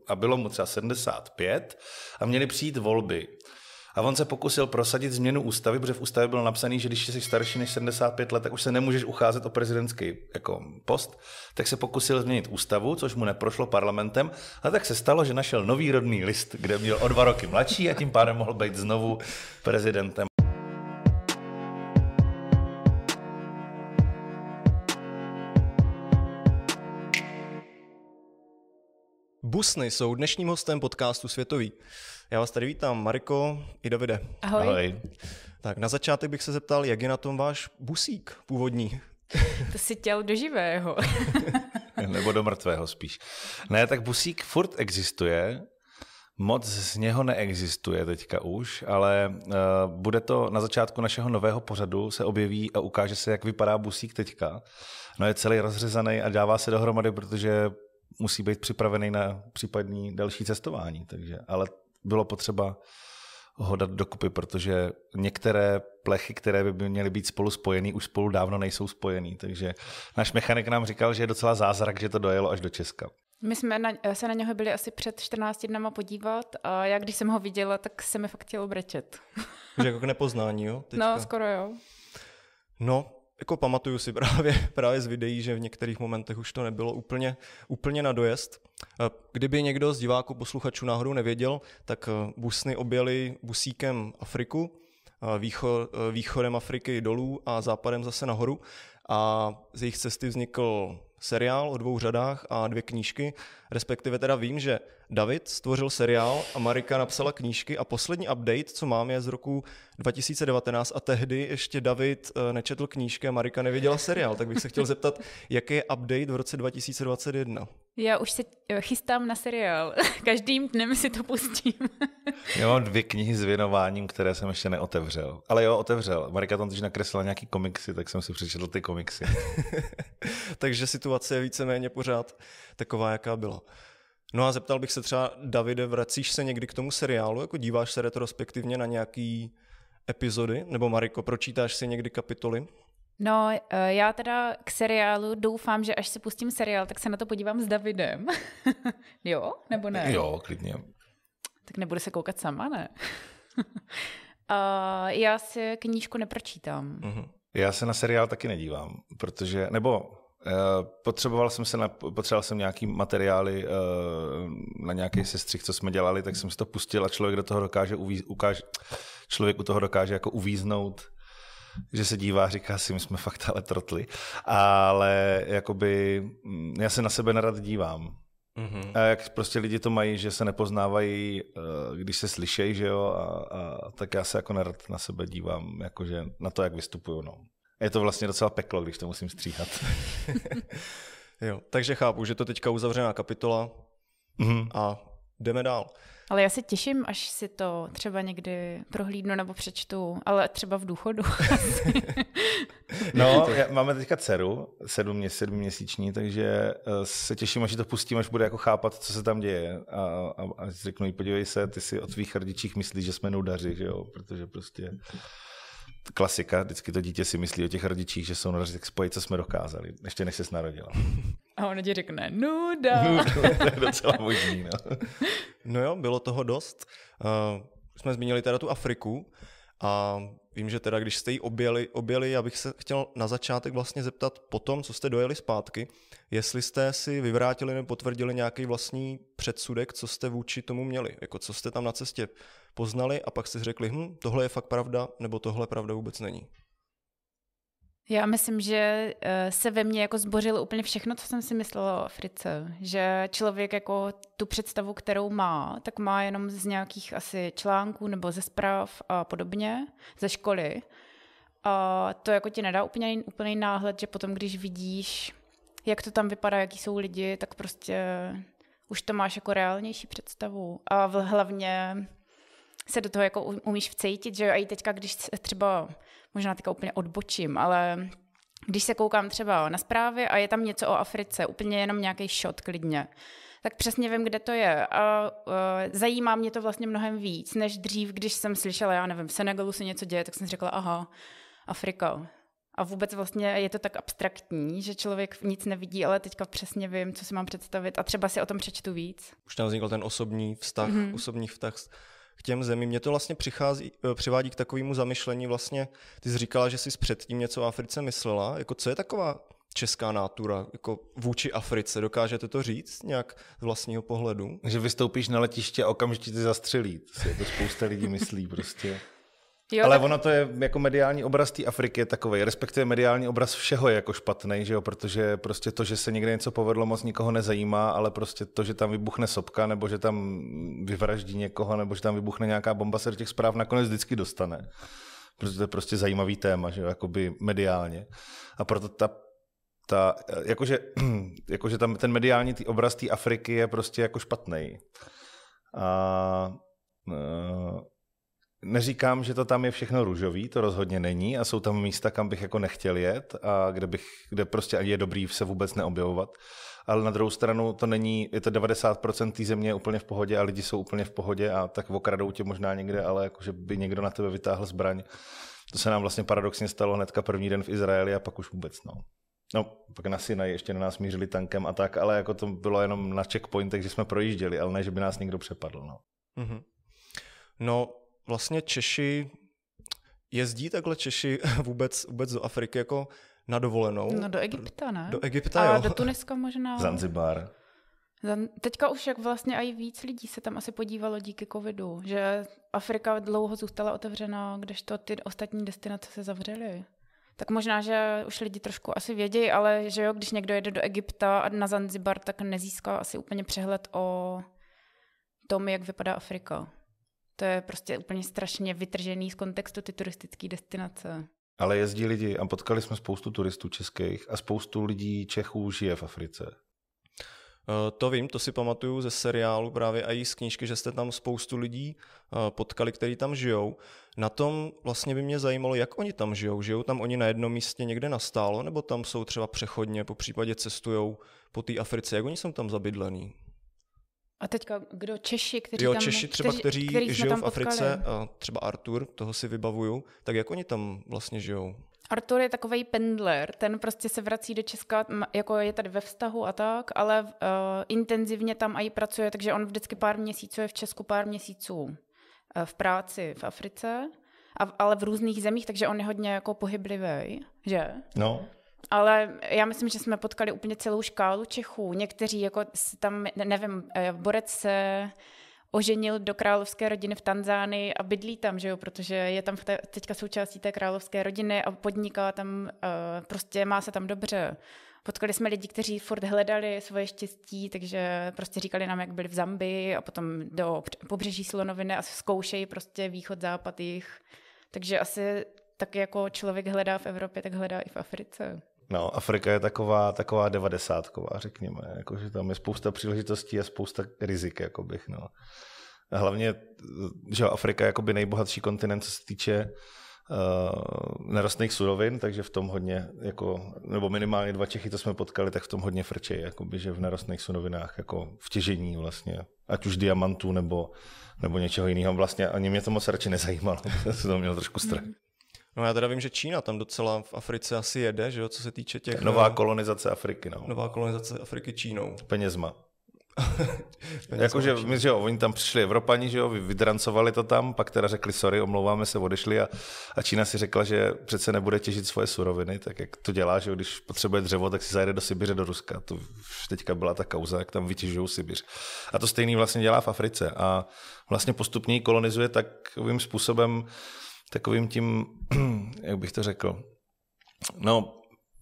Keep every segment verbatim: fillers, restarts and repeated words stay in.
a bylo mu třeba sedmdesát pět a měly přijít volby. A on se pokusil prosadit změnu ústavy, protože v ústavě bylo napsané, že když jsi starší než sedmdesát pět let, tak už se nemůžeš ucházet o prezidentský jako post, tak se pokusil změnit ústavu, což mu neprošlo parlamentem, a tak se stalo, že našel nový rodný list, kde byl o dva roky mladší a tím pádem mohl být znovu prezidentem. Busny jsou dnešním hostem podcastu Světový. Já vás tady vítám, Mariko i Davide. Ahoj. Ahoj. Tak na začátek bych se zeptal, jak je na tom váš busík původní? To si chtěl do živého. Nebo do mrtvého spíš. Ne, tak busík furt existuje, moc z něho neexistuje teďka už, ale uh, bude to na začátku našeho nového pořadu, se objeví a ukáže se, jak vypadá busík teďka. No je celý rozřezaný a dává se dohromady, protože musí být připravený na případní další cestování. Takže, ale bylo potřeba ho dát dokupy, protože některé plechy, které by měly být spolu spojený, už spolu dávno nejsou spojený. Takže náš mechanik nám říkal, že je docela zázrak, že to dojelo až do Česka. My jsme na, se na něho byli asi před čtrnácti dnama podívat a já, když jsem ho viděla, tak se mi fakt chtělo brečet. Že jako k nepoznání, jo? Teďka. No, skoro jo. No, jako pamatuju si právě, právě z videí, že v některých momentech už to nebylo úplně, úplně na dojezd. Kdyby někdo z diváků, posluchačů náhodou nevěděl, tak busny objeli busíkem Afriku, východ, východem Afriky dolů a západem zase nahoru. A z jejich cesty vznikl seriál o dvou řadách a dvě knížky, respektive teda vím, že David stvořil seriál a Marika napsala knížky a poslední update, co mám, je z roku dva tisíce devatenáct a tehdy ještě David nečetl knížky a Marika neviděla seriál, tak bych se chtěl zeptat, jaký je update v roce dva tisíce dvacet jedna? Já už se chystám na seriál. Každým dnem si to pustím. Já mám dvě knihy s věnováním, které jsem ještě neotevřel. Ale jo, otevřel. Marika tam teď nakreslila nějaký komiksy, tak jsem si přečetl ty komiksy. Takže situace je víceméně pořád taková, jaká byla. No a zeptal bych se třeba, Davide, vracíš se někdy k tomu seriálu? Jako díváš se retrospektivně na nějaký epizody? Nebo Mariko, pročítáš si někdy kapitoly? No, já teda k seriálu doufám, že až si pustím seriál, tak se na to podívám s Davidem. Jo? Nebo ne? Jo, klidně. Tak nebudu se koukat sama, ne? A já si knížku nepročítám. Uh-huh. Já se na seriál taky nedívám, protože, nebo uh, potřeboval jsem se na, potřeboval jsem nějaký materiály uh, na nějaký sestřih, co jsme dělali, tak jsem si to pustil a člověk do toho dokáže uvíz, ukáže, člověk u toho dokáže jako uvíznout, že se dívá, říká si, my jsme fakt ale trotli, ale jakoby já se na sebe nerad dívám. Mm-hmm. A jak prostě lidi to mají, že se nepoznávají, když se slyšejí, že jo, a, a tak já se jako nerad na sebe dívám, jakože na to, jak vystupuju, no. Je to vlastně docela peklo, když to musím stříhat. Jo, takže chápu, že to teďka uzavřená kapitola mm-hmm. a jdeme dál. Ale já se těším, až si to třeba někdy prohlídnu nebo přečtu, ale třeba v důchodu. No, máme teďka dceru, sedm, mě, sedmměsíční, takže se těším, až to pustím, až bude jako chápat, co se tam děje. A, a, a řeknu jí, podívej se, ty si o tvých rodičích myslíš, že jsme nudaři, že jo, protože prostě klasika, vždycky to dítě si myslí o těch rodičích, že jsou nudaři, tak spojit, co jsme dokázali, ještě než ses narodila. A ona ti řekne, nuda. To je docela možný, no. No jo, bylo toho dost. Uh, jsme zmínili teda tu Afriku a vím, že teda, když jste ji objeli, objeli, já bych se chtěl na začátek vlastně zeptat po tom, co jste dojeli zpátky, jestli jste si vyvrátili nebo potvrdili nějaký vlastní předsudek, co jste vůči tomu měli, jako co jste tam na cestě poznali a pak jste řekli, hm, tohle je fakt pravda, nebo tohle pravda vůbec není. Já myslím, že se ve mně jako zbořilo úplně všechno, co jsem si myslela o Africe. Že člověk jako tu představu, kterou má, tak má jenom z nějakých asi článků nebo ze zpráv a podobně, ze školy. A to jako ti nedá úplně úplný náhled, že potom, když vidíš, jak to tam vypadá, jaký jsou lidi, tak prostě už to máš jako reálnější představu. A hlavně se do toho jako umíš vcítit, že jo, a i teďka, když třeba, možná teďka úplně odbočím, ale když se koukám třeba na zprávy a je tam něco o Africe, úplně jenom nějaký shot klidně, tak přesně vím, kde to je a uh, zajímá mě to vlastně mnohem víc, než dřív, když jsem slyšela, já nevím, v Senegalu se něco děje, tak jsem si řekla, aha, Afrika. A vůbec vlastně je to tak abstraktní, že člověk nic nevidí, ale teďka přesně vím, co si mám představit a třeba si o tom přečtu víc. Už tam vznikl ten osobní vztah, mm-hmm. osobní vztah k těm zemím. Mně to vlastně přichází, přivádí k takovému zamyšlení vlastně, ty jsi říkala, že jsi předtím něco o Africe myslela, jako co je taková česká nátura jako vůči Africe, dokážete to říct nějak z vlastního pohledu? Že vystoupíš na letiště a okamžitě ty zastřelí, to spousta lidí myslí prostě. Jo, ale tak... ono to je jako mediální obraz té Afriky je takovej, respektive mediální obraz všeho je jako špatný, že jo, protože prostě to, že se někde něco povedlo, moc nikoho nezajímá, ale prostě to, že tam vybuchne sopka, nebo že tam vyvraždí někoho, nebo že tam vybuchne nějaká bomba, se do těch zpráv nakonec vždycky dostane. Protože to je prostě zajímavý téma, že jo, jakoby mediálně. A proto ta, ta jakože, jakože tam ten mediální tý obraz té Afriky je prostě jako špatný. A... Uh, Neříkám, že to tam je všechno růžový, to rozhodně není a jsou tam místa, kam bych jako nechtěl jet a kde, bych, kde prostě je dobrý se vůbec neobjevovat. Ale na druhou stranu to není, je to devadesát procent té země je úplně v pohodě a lidi jsou úplně v pohodě a tak okradou tě možná někde, ale jakože by někdo na tebe vytáhl zbraň. To se nám vlastně paradoxně stalo hnedka první den v Izraeli a pak už vůbec, no. No, pak na Sinaji ještě na nás mířili tankem a tak, ale jako to bylo jenom na checkpointech, že jsme projížděli, ale ne, že by nás někdo přepadl, no. Mm-hmm. No, vlastně Češi, jezdí takhle Češi vůbec, vůbec do Afriky jako na dovolenou? No do Egypta, ne? Do Egypta, a jo. do Tuniska možná. Zanzibar. Teďka už jak vlastně i víc lidí se tam asi podívalo díky covidu, že Afrika dlouho zůstala otevřená, kdežto ty ostatní destinace se zavřely. Tak možná, že už lidi trošku asi vědějí, ale že jo, když někdo jede do Egypta a na Zanzibar, tak nezíská asi úplně přehled o tom, jak vypadá Afrika. To je prostě úplně strašně vytržený z kontextu ty turistické destinace. Ale jezdí lidi a potkali jsme spoustu turistů českých a spoustu lidí Čechů žije v Africe. To vím, to si pamatuju ze seriálu právě a i z knížky, že jste tam spoustu lidí potkali, kteří tam žijou. Na tom vlastně by mě zajímalo, jak oni tam žijou. Žijou tam oni na jednom místě někde nastálo, nebo tam jsou třeba přechodně, po případě cestujou po té Africe. Jak oni jsou tam zabydlení? A teďka kdo? Češi, kteří jo, tam... Češi třeba, kteří, kteří žijou v Africe, a třeba Artur, toho si vybavuju, tak jak oni tam vlastně žijou? Artur je takovej pendler, ten prostě se vrací do Česka, jako je tady ve vztahu a tak, ale uh, intenzivně tam i pracuje, takže on vždycky pár měsíců je v Česku, pár měsíců uh, v práci v Africe, a, ale v různých zemích, takže on je hodně jako pohyblivý, že? No. Ale já myslím, že jsme potkali úplně celou škálu Čechů. Někteří, jako tam, nevím, borec se oženil do královské rodiny v Tanzánii a bydlí tam, že jo, protože je tam v té, teďka součástí té královské rodiny a podniká tam, prostě má se tam dobře. Potkali jsme lidi, kteří furt hledali svoje štěstí, takže prostě říkali nám, jak byli v Zambii a potom do pobřeží Slonoviny a zkoušejí prostě východ, západ, jich. Takže asi tak jako člověk hledá v Evropě, tak hledá i v Africe. No, Afrika je taková, taková devadesátková, řekněme. Jakože tam je spousta příležitostí a spousta rizik, jakobych, no. A hlavně, že Afrika je jakoby nejbohatší kontinent, co se týče uh, nerostných surovin, takže v tom hodně, jako, nebo minimálně dva Čechy, to jsme potkali, tak v tom hodně frčej, jakoby, že v nerostných surovinách, jako v těžení vlastně, ať už diamantů nebo, nebo něčeho jiného. Vlastně ani mě to moc radši nezajímalo, se to mělo trošku strach. Mm. No já teda vím, že Čína tam docela v Africe asi jede, že jo, co se týče těch... Nová kolonizace Afriky, no. Nová kolonizace Afriky Čínou. Penězma. Jakože, my, že jo, oni tam přišli Evropani, že jo, vydrancovali to tam, pak teda řekli sorry, omlouváme se, odešli a, a Čína si řekla, že přece nebude těžit svoje suroviny, tak jak to dělá, že jo, když potřebuje dřevo, tak si zajede do Sibiře, do Ruska. To už teďka byla ta kauza, jak tam vytěžují Sibiř. A to stejný vlastně dělá v Africe a vlastně postupně ji kolonizuje takovým způsobem, takovým tím, jak bych to řekl, no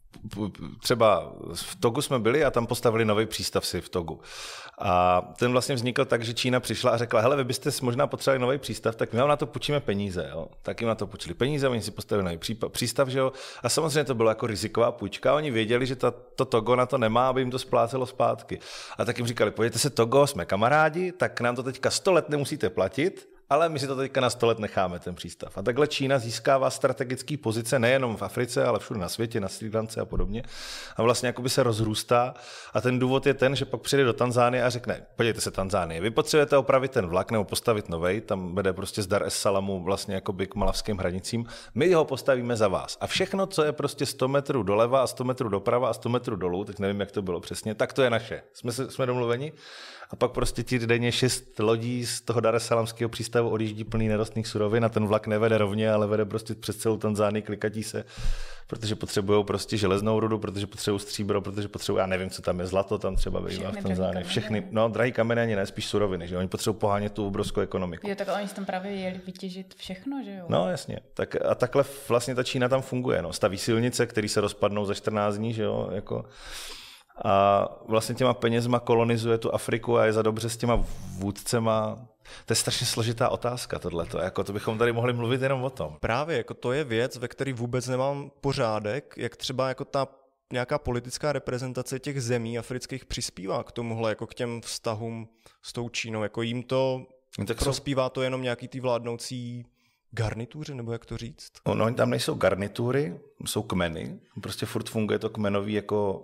třeba v Togu jsme byli a tam postavili nový přístav si v Togu. A ten vlastně vznikl tak, že Čína přišla a řekla, hele, vy byste možná potřebovali nový přístav, tak my vám na to půjčíme peníze. Jo? Tak jim na to půjčili peníze, oni si postavili nový přístav, že jo? A samozřejmě to bylo jako riziková půjčka, oni věděli, že ta, to Togo na to nemá, aby jim to splácelo zpátky. A tak jim říkali, pojďte se Togo, jsme kamarádi, tak nám to teďka sto let nemusíte platit, ale my si to teďka na sto let necháme, ten přístav. A takhle Čína získává strategické pozice nejenom v Africe, ale všude na světě, na Srí Lance a podobně. A vlastně jakoby se rozrůstá. A ten důvod je ten, že pak přijde do Tanzánie a řekne, podívejte se Tanzánie, vy potřebujete opravit ten vlak nebo postavit novej, tam vede prostě z Dar es Salamu vlastně jakoby k malavským hranicím, my ho postavíme za vás. A všechno, co je prostě sto metrů doleva a sto metrů doprava a sto metrů dolů, tak nevím, jak to bylo přesně, tak to je naše. Jsme, jsme domluveni? A pak prostě ti denně šest lodí z toho Dar es Salamského přístavu odjíždí plný nerostných surovin a ten vlak nevede rovně, ale vede prostě přes celou Tanzánii, klikatí se, protože potřebují prostě železnou rudu, protože potřebují stříbro, protože potřebují, já nevím, co tam je, zlato tam třeba bývá v Tanzánii. Všechny, no drahý kameny ani ne, spíš suroviny, že oni potřebují pohánět tu obrovskou ekonomiku. Jo, tak oni tam právě jeli vytěžit všechno, že jo? No jasně, tak a takhle vlastně ta Čína tam funguje, no. Staví silnice, které se rozpadnou za čtrnáct dní, že jo, jako... A vlastně těma penězma kolonizuje tu Afriku a je za dobře s těma vůdcema. To je strašně složitá otázka tohleto, jako to bychom tady mohli mluvit jenom o tom. Právě, jako to je věc, ve které vůbec nemám pořádek, jak třeba jako ta nějaká politická reprezentace těch zemí afrických přispívá k tomuhle, jako k těm vztahům s tou Čínou, jako jim to tak prospívá to jenom nějaký ty vládnoucí garnituře, nebo jak to říct? No, tam nejsou garnitury, jsou kmeny, prostě furt funguje to kmenový jako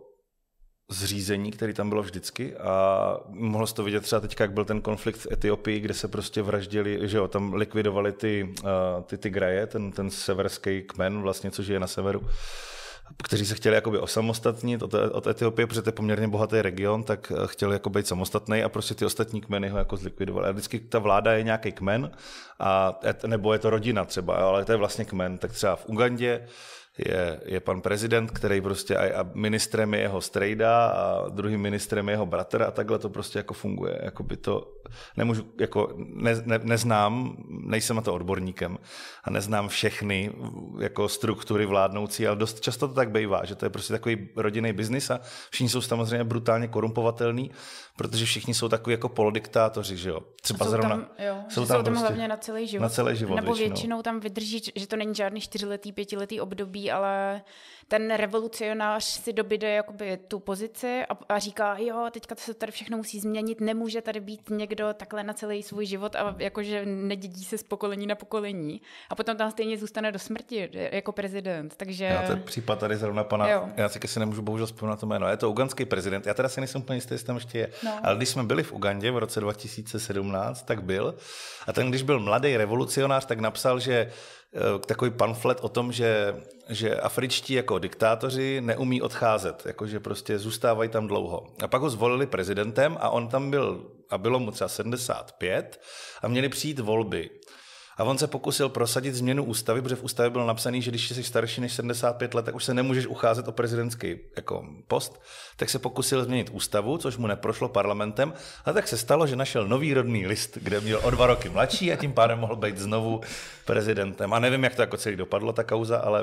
zřízení, který tam bylo vždycky a mohlo se to vidět třeba teďka, jak byl ten konflikt v Etiopii, kde se prostě vraždili, že jo, tam likvidovali ty, uh, ty Tigraje, ten, ten severský kmen vlastně, co žije na severu, kteří se chtěli jakoby osamostatnit od, od Etiopie, protože to je poměrně bohatý region, tak chtěli jako být samostatný a prostě ty ostatní kmeny ho jako zlikvidovali. A vždycky ta vláda je nějaký kmen, a, nebo je to rodina třeba, ale to je vlastně kmen. Tak třeba v Ugandě je, je pan prezident, který prostě a, a ministrem je jeho strejda a druhým ministrem je jeho bratr a takhle to prostě jako funguje. Jakoby to nemůžu, jako ne, ne, neznám, nejsem na to odborníkem a neznám všechny jako struktury vládnoucí, ale dost často to tak bývá, že to je prostě takový rodinný biznis a všichni jsou samozřejmě brutálně korumpovatelní, protože všichni jsou takový jako polodiktátoři, že jo. Třeba jsou zrovna, tam, jo, jsou jsou tam, tam prostě hlavně na celý život. Na celý život Nebo většinou. většinou tam vydrží, že to není žádný čtyřletý, pětiletý období, ale ten revolucionář si dobyde jakoby tu pozici a, a říká, jo, teďka to se tady všechno musí změnit, nemůže tady být někdo takhle na celý svůj život a jakože nedědí se z pokolení na pokolení. A potom tam stejně zůstane do smrti jako prezident, takže... Já, to je případ tady zrovna pana, jo. Já si si nemůžu bohužel vzpomínat to jméno, je to ugandský prezident, já teda si nejsem úplně jistý, jestli tam ještě je, no. Ale když jsme byli v Ugandě v roce dva tisíce sedmnáct, tak byl a ten, když byl mladý revolucionář, tak napsal, že takový pamflet o tom, že, že afričtí jako diktátoři neumí odcházet, jakože prostě zůstávají tam dlouho. A pak ho zvolili prezidentem a on tam byl, a bylo mu třeba sedmdesát pět a měli přijít volby. A on se pokusil prosadit změnu ústavy, protože v ústavě bylo napsaný, že když jsi starší než sedmdesát pět let, tak už se nemůžeš ucházet o prezidentský jako post, tak se pokusil změnit ústavu, což mu neprošlo parlamentem, a tak se stalo, že našel nový rodný list, kde byl o dva roky mladší a tím pádem mohl být znovu prezidentem. A nevím, jak to jako celý dopadlo, ta kauza, ale...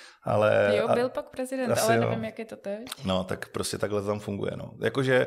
ale jo, byl pak prezident, ale nevím, jo. Jak je to teď. No, tak prostě takhle tam funguje, no. Jakože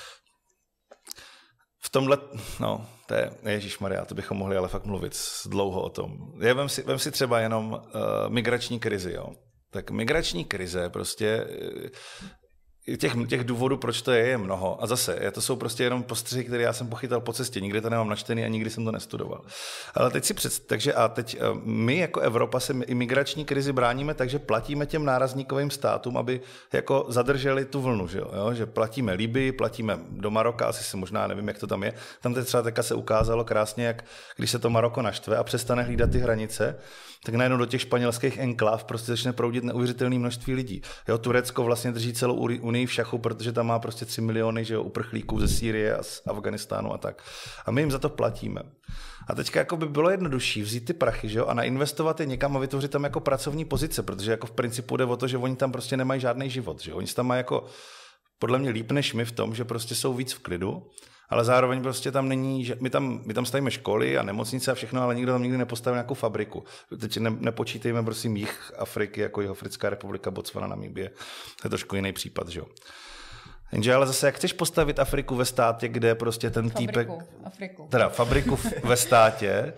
v tomhle, no, to je, ježišmarja, to bychom mohli ale fakt mluvit dlouho o tom. Já vem si, vem si třeba jenom uh, migrační krizi, jo. Tak migrační krize prostě, těch, těch důvodů, proč to je, je mnoho. A zase, to jsou prostě jenom postřehy, které já jsem pochytal po cestě, nikdy to nemám načtený a nikdy jsem to nestudoval. Ale teď si před, takže a teď my jako Evropa se imigrační krizi bráníme, takže platíme těm nárazníkovým státům, aby jako zadrželi tu vlnu, že, jo? Že platíme Libii, platíme do Maroka, asi se možná, nevím, jak to tam je. Tam teď třeba teďka se ukázalo krásně, jak když se to Maroko naštve a přestane hlídat ty hranice, tak najednou do těch španělských enkláv prostě začne proudit neuvěřitelné množství lidí. Jo, Turecko vlastně drží celou Unii v šachu, protože tam má prostě tři miliony, že jo, uprchlíků ze Sýrie a z Afganistánu a tak. A my jim za to platíme. A teďka jako by bylo jednodušší vzít ty prachy, že jo, a nainvestovat je někam a vytvořit tam jako pracovní pozice, protože jako v principu jde o to, že oni tam prostě nemají žádný život, že jo. Oni tam mají jako podle mě líp než my v tom, že prostě jsou víc v klidu. Ale zároveň prostě tam není, že my tam, my tam stavíme školy a nemocnice a všechno, ale nikdo tam nikdy nepostavil nějakou fabriku. Teď ne, nepočítejme prosím jih Afriky, jako Jihoafrická republika, Botswana, Namibie. To je trošku jiný případ, že jo. Jenže ale zase, jak chceš postavit Afriku ve státě, kde prostě ten fabriku, týpek... Afriku. Teda fabriku ve státě,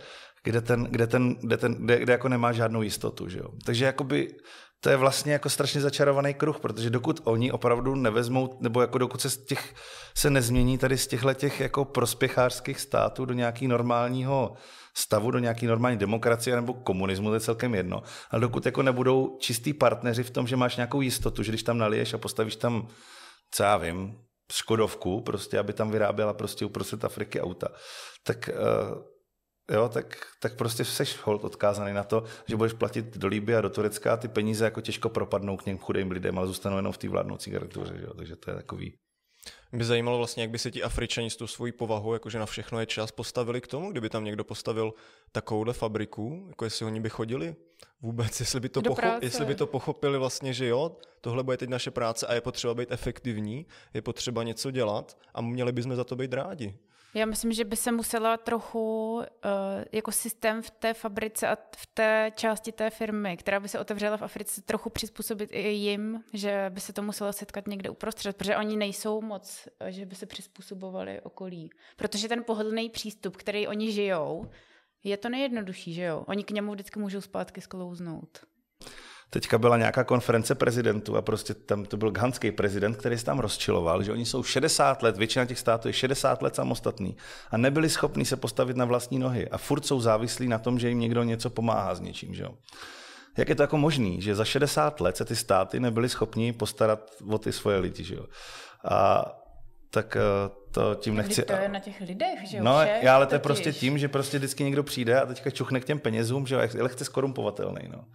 kde, ten, kde, ten, kde, ten, kde, kde jako nemá žádnou jistotu. Že jo? Takže jakoby to je vlastně jako strašně začarovaný kruh, protože dokud oni opravdu nevezmou, nebo jako dokud se, z těch, se nezmění tady z těchto těch jako prospěchářských států do nějakého normálního stavu, do nějaké normální demokracie nebo komunismu, to je celkem jedno. Ale dokud jako nebudou čistý partneři v tom, že máš nějakou jistotu, že když tam naliješ a postavíš tam, co já vím, Škodovku, prostě, aby tam vyráběla prostě uprostřed Afriky auta, tak... Uh, Jo, tak, tak prostě seš hold odkázaný na to, že budeš platit do Libye a do Turecka a ty peníze jako těžko propadnou k něm chudým lidem, ale zůstanou jenom v té vládnoucí garnituře, jo, takže to je takový. Mě by zajímalo vlastně, jak by se ti Afričani s tou svojí povahou, jakože na všechno je čas, postavili k tomu, kdyby tam někdo postavil takovouhle fabriku, jako jestli oni by chodili vůbec, jestli by to, pocho- jestli by to pochopili vlastně, že jo, tohle bude teď naše práce a je potřeba být efektivní, je potřeba něco dělat a měli bychom za to být rádi. Já myslím, že by se musela trochu uh, jako systém v té fabrice a v té části té firmy, která by se otevřela v Africe, trochu přizpůsobit i jim, že by se to muselo setkat někde uprostřed, protože oni nejsou moc, že by se přizpůsobovali okolí. Protože ten pohodlný přístup, který oni žijou, je to nejjednodušší, že jo? Oni k němu vždycky můžou zpátky sklouznout. Teďka byla nějaká konference prezidentů a prostě tam to byl ghanský prezident, který se tam rozčiloval, že oni jsou šedesát let, většina těch států je šedesát let samostatný a nebyli schopni se postavit na vlastní nohy a furt jsou závislí na tom, že jim někdo něco pomáhá s něčím, že jo. Jak je to jako možný, že za šedesát let se ty státy nebyly schopni postarat o ty svoje lidi, že jo. A tak to tím nechci... To je na těch lidech, že jo? No, já, ale to je prostě tím, že prostě vždycky někdo přijde a teďka čuchne k těm penězům, že jo, je lehce skorumpovatelný, no.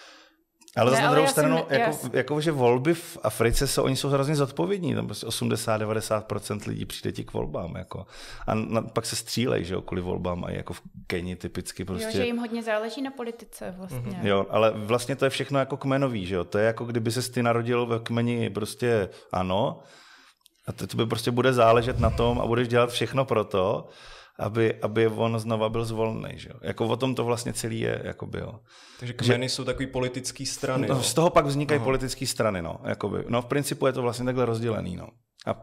Ale zase na druhou stranu, jsem, jako, já... jako, že volby v Africe jsou, oni jsou hrozně zodpovědní, tam prostě osmdesát až devadesát procent lidí přijde ti k volbám, jako. A na, pak se střílej, že jo, kvůli volbám, a jako v Keni typicky prostě. Jo, že jim hodně záleží na politice vlastně. Mm-hmm. Jo, ale vlastně to je všechno jako kmenový, že jo, to je jako kdyby ses ty narodil ve kmeni prostě ANO, a to by prostě bude záležet na tom a budeš dělat všechno pro to, aby, aby on znova byl zvolený, že jo. Jako o tom to vlastně celý je, jakoby, jo. Takže kmeny že, jsou takový politický strany, no, z toho pak vznikají politické strany, no, jakoby. No, v principu je to vlastně takhle rozdělený, no. A,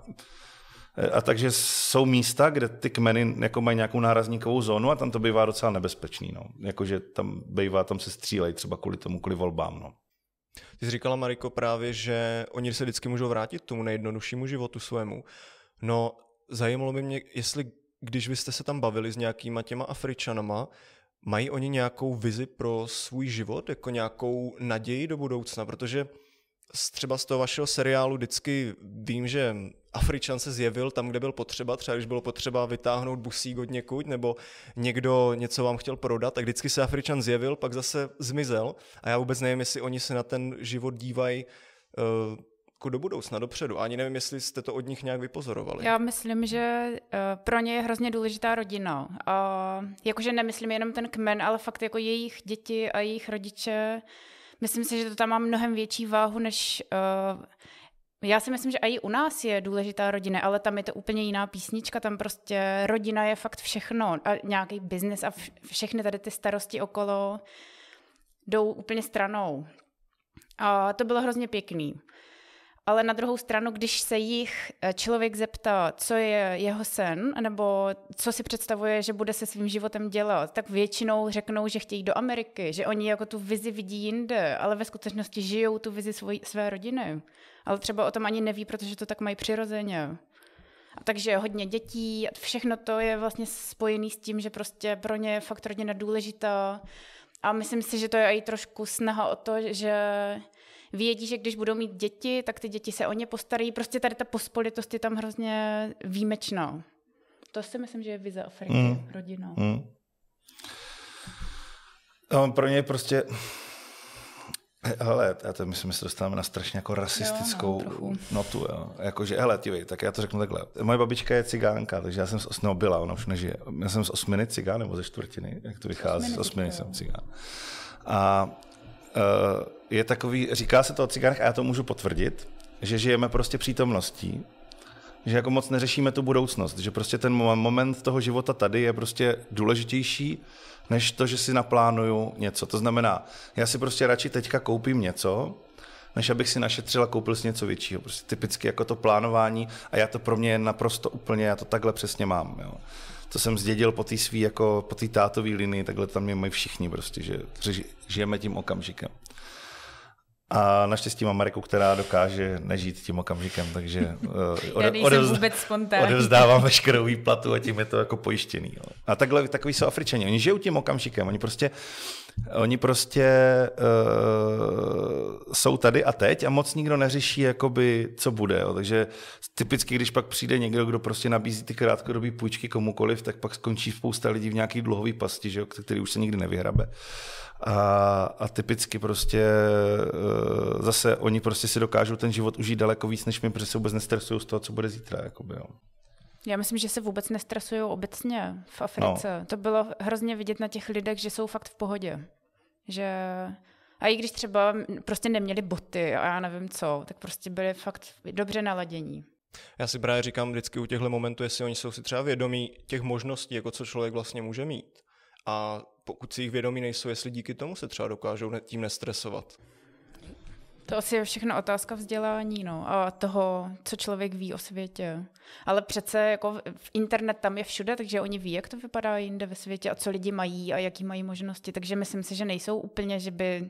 a takže jsou místa, kde ty kmeny jako mají nějakou nárazníkovou zónu a tam to bývá docela nebezpečný, no. Jakože tam bývá, tam se střílejí třeba kvůli tomu, kvůli volbám, no. Ty jsi říkala, Mariko, právě, že oni se vždycky můžou vrátit k tomu nejjednoduššímu životu svému. No, zajímalo by mě, jestli když vy jste se tam bavili s nějakýma těma Afričanama, mají oni nějakou vizi pro svůj život, jako nějakou naději do budoucna, protože třeba z toho vašeho seriálu vždycky vím, že Afričan se zjevil tam, kde byl potřeba, třeba když bylo potřeba vytáhnout busík od někud, nebo někdo něco vám chtěl prodat, tak vždycky se Afričan zjevil, pak zase zmizel a já vůbec nevím, jestli oni se na ten život dívají uh, do budoucna, dopředu. Ani nevím, jestli jste to od nich nějak vypozorovali. Já myslím, že pro ně je hrozně důležitá rodina. A jakože nemyslím jenom ten kmen, ale fakt jako jejich děti a jejich rodiče. Myslím si, že to tam má mnohem větší váhu, než... Uh, já si myslím, že i u nás je důležitá rodina, ale tam je to úplně jiná písnička. Tam prostě rodina je fakt všechno. A nějaký biznis a všechny tady ty starosti okolo jdou úplně stranou. A to bylo hrozně pěkný. Ale na druhou stranu, když se jich člověk zeptá, co je jeho sen, nebo co si představuje, že bude se svým životem dělat, tak většinou řeknou, že chtějí do Ameriky, že oni jako tu vizi vidí jinde, ale ve skutečnosti žijou tu vizi svoj, své rodiny. Ale třeba o tom ani neví, protože to tak mají přirozeně. A takže hodně dětí, všechno to je vlastně spojené s tím, že prostě pro ně je fakt rodina důležitá. A myslím si, že to je i trošku snaha o to, že vědí, že když budou mít děti, tak ty děti se o ně postarají. Prostě tady ta pospolitost je tam hrozně výjimečná. To si myslím, že je vize Afriky, mm. rodina. Mm. No, pro ně prostě... Hele, já to myslím, že se dostáváme na strašně jako rasistickou jo, no, notu. Jo. Jakože, hele, tívej, tak já to řeknu takhle. Moje babička je cigánka, takže já jsem z osminy, no, byla, ona už nežije. Já jsem z osminy cigán, nebo ze čtvrtiny, jak to vychází, z osminy jsem cigán. A uh, je takový, říká se to o cigánech a já to můžu potvrdit, že žijeme prostě přítomností, že jako moc neřešíme tu budoucnost, že prostě ten moment toho života tady je prostě důležitější, než to, že si naplánuju něco. To znamená, já si prostě radši teďka koupím něco, než abych si našetřil a koupil si něco většího. Prostě typicky jako to plánování a já to pro mě je naprosto úplně, já to takhle přesně mám. Jo. to jsem zdědil po té svý, jako po té tátové linii, takhle tam mě mají všichni prostě, že žijeme tím okamžikem. A naštěstí mám Mariku, která dokáže nežít tím okamžikem, takže ode, odevz, odevzdávám veškerou výplatu a tím je to jako pojištěný. Jo. A takhle, takový jsou Afričani, oni žijou tím okamžikem, oni prostě, oni prostě uh, jsou tady a teď a moc nikdo neřeší, jakoby, co bude. Jo. Takže typicky, když pak přijde někdo, kdo prostě nabízí ty krátkodobé půjčky komukoliv, tak pak skončí spousta lidí v nějaký dluhový pasti, že jo, který už se nikdy nevyhrabe. A, a typicky prostě uh, zase oni prostě si dokážou ten život užít daleko víc, než my, protože se vůbec nestresují z toho, co bude zítra. Jakoby, jo. Já myslím, že se vůbec nestresují obecně v Africe. No. To bylo hrozně vidět na těch lidech, že jsou fakt v pohodě. Že... A i když třeba prostě neměli boty a já nevím co, tak prostě byli fakt dobře naladění. Já si právě říkám vždycky u těchto momentů, jestli oni jsou si třeba vědomí těch možností, jako co člověk vlastně může mít. A pokud si jich vědomí nejsou, jestli díky tomu se třeba dokážou tím nestresovat. To asi je všechno otázka vzdělání, no, a toho, co člověk ví o světě. Ale přece jako v internet tam je všude, takže oni ví, jak to vypadá jinde ve světě a co lidi mají a jaký mají možnosti. Takže myslím si, že nejsou úplně, že by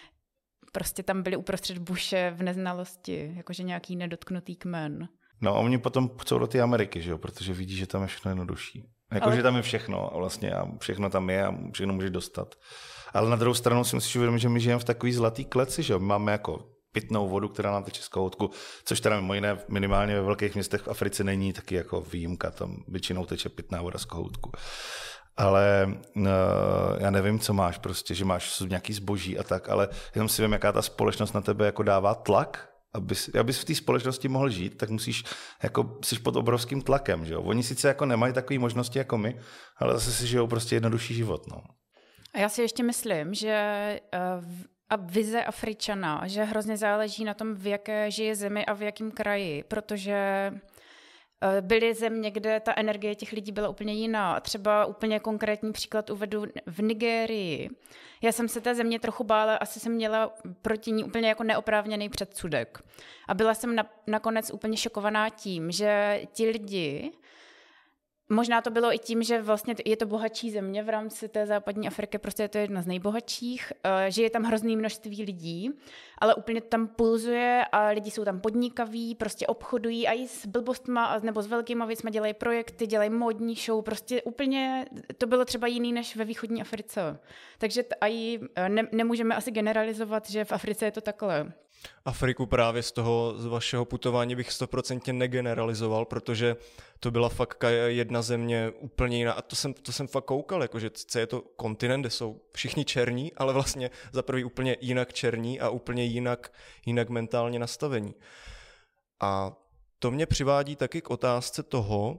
prostě tam byli uprostřed buše v neznalosti, jakože nějaký nedotknutý kmen. No a oni potom chcou do té Ameriky, že jo, protože vidí, že tam je všechno jednodušší. Jakože ale... tam je všechno a vlastně a všechno tam je a všechno může dostat. Ale na druhou stranu si musíš uvědomit, že my žijeme v takový zlatý kleci, že jo? My máme jako pitnou vodu, která nám teče z kohoutku, což teda mimo jiné minimálně ve velkých městech v Africe není taky jako výjimka, tam většinou teče pitná voda z kohoutku. Ale uh, já nevím, co máš prostě, že máš nějaký zboží a tak, ale jenom si vím, jaká ta společnost na tebe jako dává tlak, abys, abys v té společnosti mohl žít, tak musíš, jako jsi pod obrovským tlakem, že jo? Oni sice jako nemají takové možnosti jako my, ale zase si žijou prostě jednodušší život, no. A já si ještě myslím, že uh, a vize Afričana, že hrozně záleží na tom, v jaké žije zemi a v jakém kraji, protože uh, byly země, kde ta energie těch lidí byla úplně jiná. Třeba úplně konkrétní příklad uvedu v Nigérii. Já jsem se té země trochu bála, asi jsem měla proti ní úplně jako neoprávněný předsudek. A byla jsem na, nakonec úplně šokovaná tím, že ti lidi, možná to bylo i tím, že vlastně je to bohatší země v rámci té západní Afriky, prostě je to jedna z nejbohatších, že je tam hrozný množství lidí, ale úplně tam pulzuje a lidi jsou tam podnikaví, prostě obchodují a i s blbostma nebo s velkýma věcma dělají projekty, dělají módní show, prostě úplně to bylo třeba jiný než ve východní Africe. Takže i ne, nemůžeme asi generalizovat, že v Africe je to takhle. Afriku právě z toho, z vašeho putování bych stoprocentně negeneralizoval, protože to byla fakt jedna země úplně jiná. A to jsem, to jsem fakt koukal, jakože je to kontinent, kde jsou všichni černí, ale vlastně za prvý úplně jinak černí a úplně jinak, jinak mentálně nastavení. A to mě přivádí taky k otázce toho,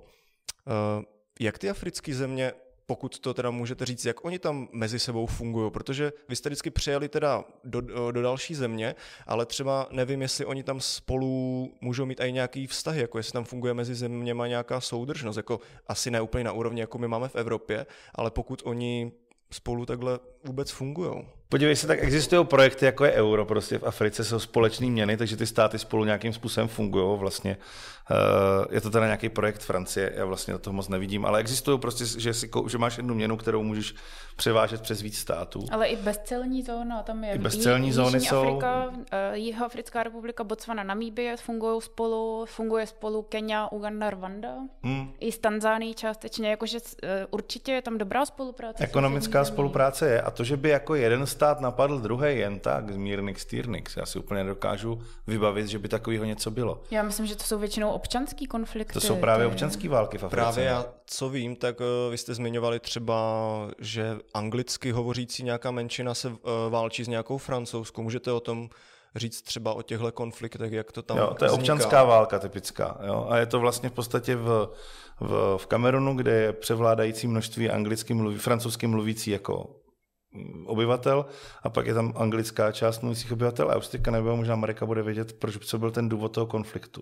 jak ty africké země, pokud to teda můžete říct, jak oni tam mezi sebou fungují, protože vy jste vždycky přijeli teda do, do další země, ale třeba nevím, jestli oni tam spolu můžou mít i nějaký vztahy, jako jestli tam funguje mezi zeměma nějaká soudržnost, jako asi ne úplně na úrovni, jako my máme v Evropě, ale pokud oni spolu takhle vůbec fungují. Podívej se, tak existují projekty, jako je euro, prostě v Africe jsou společné měny, takže ty státy spolu nějakým způsobem fungují vlastně. Je to teda nějaký projekt Francie, já vlastně do toho moc nevidím, ale existují prostě, že, si, že máš jednu měnu, kterou můžeš převážet přes víc států. Ale i bezcelní zóna, tam je I bezcelní zóny Jižní jsou. Afrika, Jihoafrická republika, Botswana, Namíbie fungují spolu, funguje spolu Kenia, Uganda, Rwanda, hmm. i z Tanzánii částečně, jakože určitě je tam dobrá spolupráce. Ekonomická spolupráce je a to, že by jako jeden stát napadl druhý jen tak, mírnix, týrnix, já si úplně nedokážu vybavit, že by takového něco bylo. Já myslím, že to jsou většinou občanský konflikty. To jsou právě občanské války v Africe. Právě já, co vím, tak uh, vy jste zmiňovali třeba, že anglicky hovořící nějaká menšina se uh, válčí s nějakou francouzskou. Můžete o tom říct třeba o těchto konfliktech, jak to tam jo, to je vzniká? Občanská válka typická. Jo? A je to vlastně v podstatě v, v, v Kamerunu, kde je převládající množství anglicky mluví, francouzsky mluvící jako obyvatel a pak je tam anglická část mluvících obyvatel a už teďka nebylo, možná Marika bude vědět, proč co byl ten důvod toho konfliktu.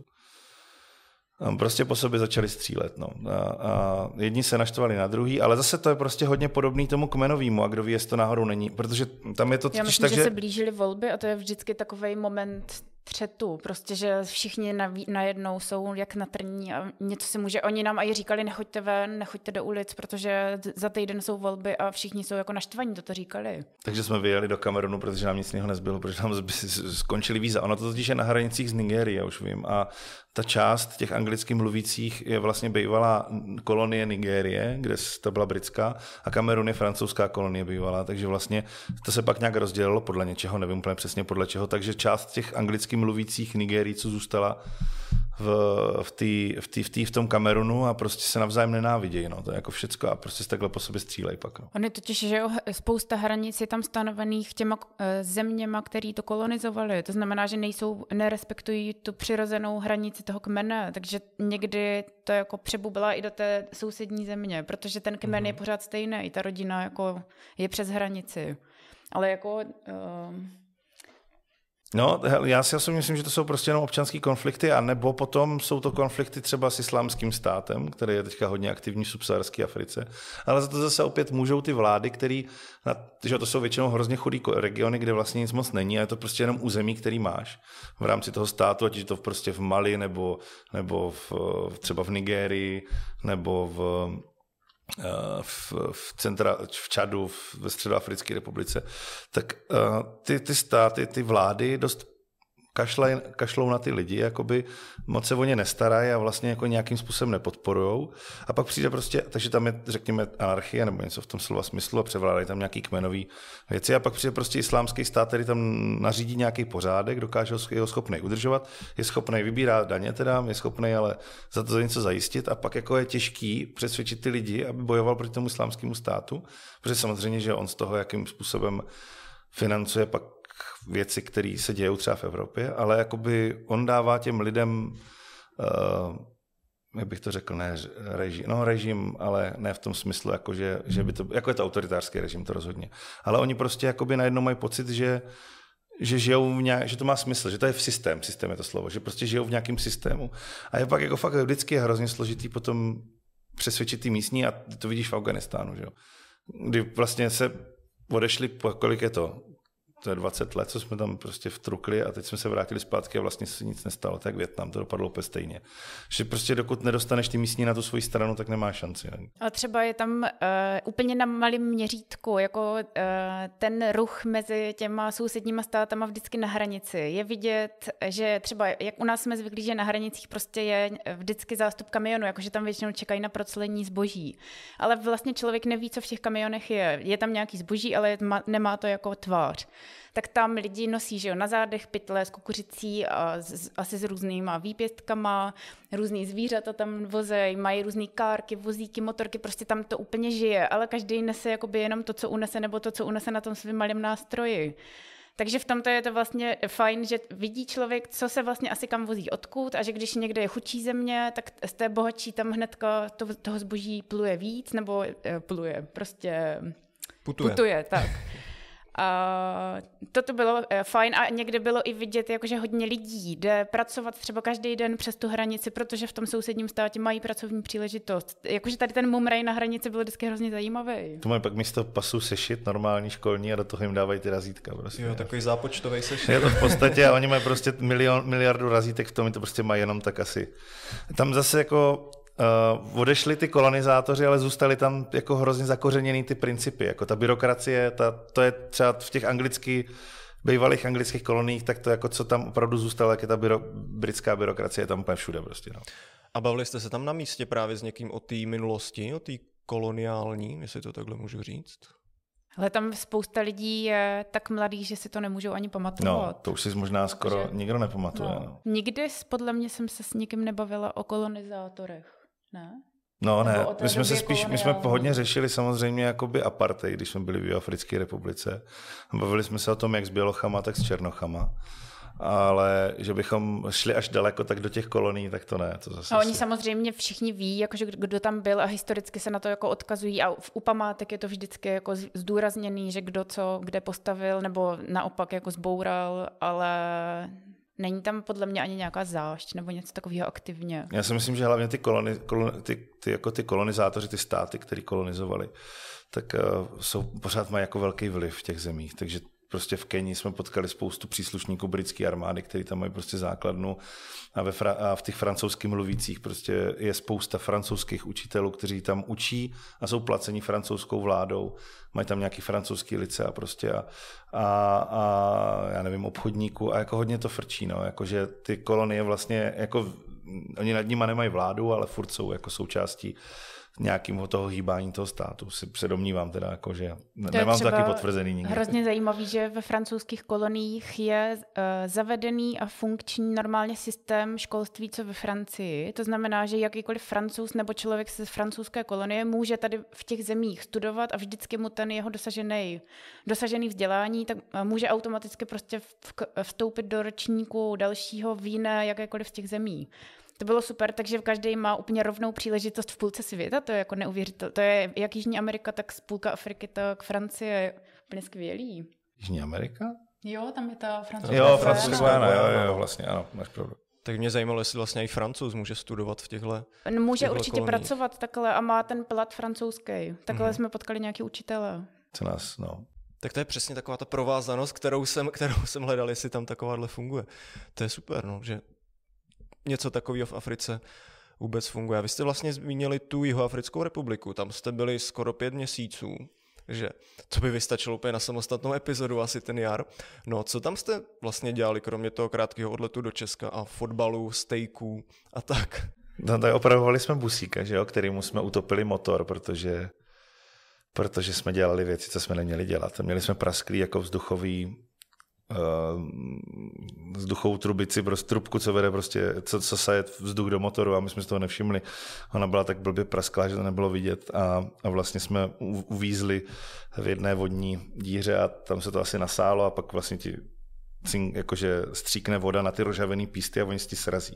Prostě po sobě začali střílet. No. A, a jedni se naštvali na druhý, ale zase to je prostě hodně podobný tomu kmenovému a kdo ví, jestli to náhodou není, protože tam je to Já myslím, tak, že že se blížily volby a to je vždycky takovej moment střetu, prostě, že všichni najednou jsou jak na trní a něco si může, oni nám i říkali, nechoďte ven, nechoďte do ulic, protože za týden jsou volby a všichni jsou jako naštvaní, to to říkali. Takže jsme vyjeli do Kamerunu, protože nám nic jiného nezbylo, protože nám skončili víza. Ono to totiž je na hranicích z Nigérie, já už vím, a ta část těch anglicky mluvících je vlastně bývalá kolonie Nigérie, kde to byla britská, a Kamerun je francouzská kolonie bývalá, takže vlastně to se pak nějak rozdělilo podle něčeho, nevím úplně přesně podle čeho, takže část těch anglicky mluvících Nigérií, co zůstala v, v, tý, v, tý, v, tý, v tom Kamerunu a prostě se navzájem nenávidějí, no, to je jako všecko a prostě se takhle po sobě střílej pak. No. On je totiž, že jo, spousta hranic je tam stanovených těma zeměma, který to kolonizovali, to znamená, že nejsou, nerespektují tu přirozenou hranici toho kmene, takže někdy to jako přebubila i do té sousední země, protože ten kmen mm-hmm. je pořád stejný, ta rodina jako je přes hranici, ale jako... Uh... No, já si osobně myslím, že to jsou prostě jenom občanský konflikty, a nebo potom jsou to konflikty třeba s Islámským státem, který je teďka hodně aktivní v subsaharské Africe, ale za to zase opět můžou ty vlády, který, že to jsou většinou hrozně chudý regiony, kde vlastně nic moc není, a je to prostě jenom území, který máš v rámci toho státu, ať je to prostě v Mali, nebo, nebo v, třeba v Nigérii, nebo v... v, v, centra, v Čadu, v, ve Středoafrické republice, tak uh, ty, ty státy, ty vlády dost kašlej, kašlou na ty lidi, jakoby moc se o ně nestarají a vlastně jako nějakým způsobem nepodporujou. A pak přijde prostě, takže tam je, řekněme, anarchie nebo něco v tom slova smyslu a převládají tam nějaký kmenový věci a pak přijde prostě islámský stát, který tam nařídí nějaký pořádek, dokáže ho schopnej udržovat, je schopnej vybírat daně teda, je schopnej ale za to za něco zajistit a pak jako je těžký přesvědčit ty lidi, aby bojoval proti tomu islámskému státu, protože samozřejmě, že on z toho, jakým způsobem financuje pak věci, které se dějou třeba v Evropě, ale jakoby on dává těm lidem, uh, jak bych to řekl, ne režim, no režim, ale ne v tom smyslu, jako, že, že by to, jako je to autoritářský režim, to rozhodně. Ale oni prostě jakoby najednou mají pocit, že, že žijou v nějak, že to má smysl, že to je v systém, systém je to slovo, že prostě žijou v nějakém systému. A je pak jako fakt vždycky je hrozně složitý potom přesvědčit ty místní a to vidíš v Afghánistánu, že jo. Kdy vlastně se odešli, kolik je to? To je dvacet let, co jsme tam prostě vtrukli a teď jsme se vrátili zpátky a vlastně se nic nestalo. Tak Vietnam, to dopadlo úplně stejně. Že prostě dokud nedostaneš ty místní na tu svoji stranu, tak nemáš šanci. Ne? A třeba je tam uh, úplně na malém měřítku, jako uh, ten ruch mezi těma sousedníma státama vždycky na hranici. Je vidět, že třeba, jak u nás jsme zvyklí, že na hranicích prostě je vždycky zástup kamionů, jakože tam většinou čekají na proclení zboží. Ale vlastně člověk neví, co v těch kamionech je. Je tam nějaký zboží, ale nemá to jako tvář. Tak tam lidi nosí, že jo, na zádech pytle s kukuřicí a z, asi s různýma výpěstkama, různý zvířata tam vozejí, mají různý kárky, vozíky, motorky, prostě tam to úplně žije, ale každý nese jakoby jenom to, co unese, nebo to, co unese na tom svým malém nástroji. Takže v tomto je to vlastně fajn, že vidí člověk, co se vlastně asi kam vozí odkud a že když někde je chudší země, tak z té bohatší tam hnedka to, toho zboží pluje víc, nebo eh, pluje, prostě putuje, putuje tak. A toto bylo fajn a někde bylo i vidět, jakože hodně lidí jde pracovat třeba každý den přes tu hranici, protože v tom sousedním státě mají pracovní příležitost. Jakože tady ten mumrej na hranici byl vždycky hrozně zajímavý. To mají pak místo pasu sešit normální školní a do toho jim dávají ty razítka. Prostě. Jo, takový zápočtový sešit. Je to v podstatě a oni mají prostě milion, miliardu razítek v tom, to prostě mají jenom tak asi. Tam zase jako Uh, odešli ty kolonizátoři, ale zůstali tam jako hrozně zakořeněný ty principy, jako ta byrokracie, ta, to je třeba v těch anglických, bývalých anglických koloniích, tak to jako co tam opravdu zůstalo, jak je ta byro, britská byrokracie, je tam úplně všude prostě. No. A bavili jste se tam na místě právě s někým o té minulosti, o té koloniální, jestli to takhle můžu říct? Ale tam spousta lidí je tak mladých, že si to nemůžou ani pamatovat. No, to už si možná skoro Takže, nikdo nepamatuje. No. No. Nikdy podle mě jsem se s nikým nebavila o kolonizátorech. Ne? No ne, my jsme se spíš, my jsme hodně řešili samozřejmě jakoby apartheid, když jsme byli v Jihoafrické republice. Bavili jsme se o tom jak s bělochama, tak s černochama. Ale že bychom šli až daleko tak do těch kolonií, tak to ne. To zase a oni si... samozřejmě všichni ví, jakože kdo tam byl a historicky se na to jako odkazují a u památek je to vždycky jako zdůrazněný, že kdo co kde postavil nebo naopak jako zboural, ale není tam podle mě ani nějaká zášť nebo něco takového aktivně. Já si myslím, že hlavně ty, koloni, koloni, ty, ty, jako ty kolonizátoři, ty státy, který kolonizovali, tak uh, jsou, pořád mají jako velký vliv v těch zemích, takže prostě v Keni jsme potkali spoustu příslušníků britské armády, kteří tam mají prostě základnu a, ve Fra- a v těch francouzsky mluvících prostě je spousta francouzských učitelů, kteří tam učí a jsou placeni francouzskou vládou, mají tam nějaký francouzský lice a prostě a, a, a já nevím, obchodníků a jako hodně to frčí, no, jakože ty kolonie vlastně, jako oni nad nima nemají vládu, ale furt jsou jako součástí nějakým toho hýbání toho státu. Si předomnívám teda, jako, že to nemám to taky potvrzený nikdy. Hrozně zajímavý, že ve francouzských koloniích je uh, zavedený a funkční normálně systém školství, co ve Francii. To znamená, že jakýkoliv Francouz nebo člověk ze francouzské kolonie může tady v těch zemích studovat a vždycky mu ten jeho dosažený, dosažený vzdělání, tak uh, může automaticky prostě vstoupit do ročníku dalšího v jiné jakékoliv z těch zemí. To bylo super, takže každý má úplně rovnou příležitost v půlce světa, to je jako neuvěřitelné. To je jak Jižní Amerika, tak z půlka Afriky, tak Francie, úplně skvělý. Jižní Amerika? Jo, tam je ta francouzská. Jo, francouzská, jo, jo, vlastně, ano, máš pravdu. Tak mě zajímalo, jestli vlastně i Francouz může studovat v těchto no, může těchto určitě koloních. Pracovat takhle a má ten plat francouzský. Takhle mm. jsme potkali nějaký učitele. Co nás, no. Tak to je přesně taková ta provázanost, kterou jsem, kterou jsem hledal, jestli tam takováhle funguje. To je super, no, že něco takového v Africe vůbec funguje. A vy jste vlastně zmínili tu Jihoafrickou republiku, tam jste byli skoro pět měsíců, že to by vystačilo úplně na samostatnou epizodu, asi ten jar. No, co tam jste vlastně dělali, kromě toho krátkého odletu do Česka a fotbalu, stejků a tak? No, tak opravovali jsme busíka, že jo, kterýmu jsme utopili motor, protože, protože jsme dělali věci, co jsme neměli dělat. Měli jsme prasklý jako vzduchový vzduchovou trubici, prostě trubku, co vede prostě, co, co saje vzduch do motoru a my jsme z toho nevšimli. Ona byla tak blbě prasklá, že to nebylo vidět a, a vlastně jsme uvízli v jedné vodní díře a tam se to asi nasálo a pak vlastně ti jakože stříkne voda na ty rozžavený písty a oni si ti srazí.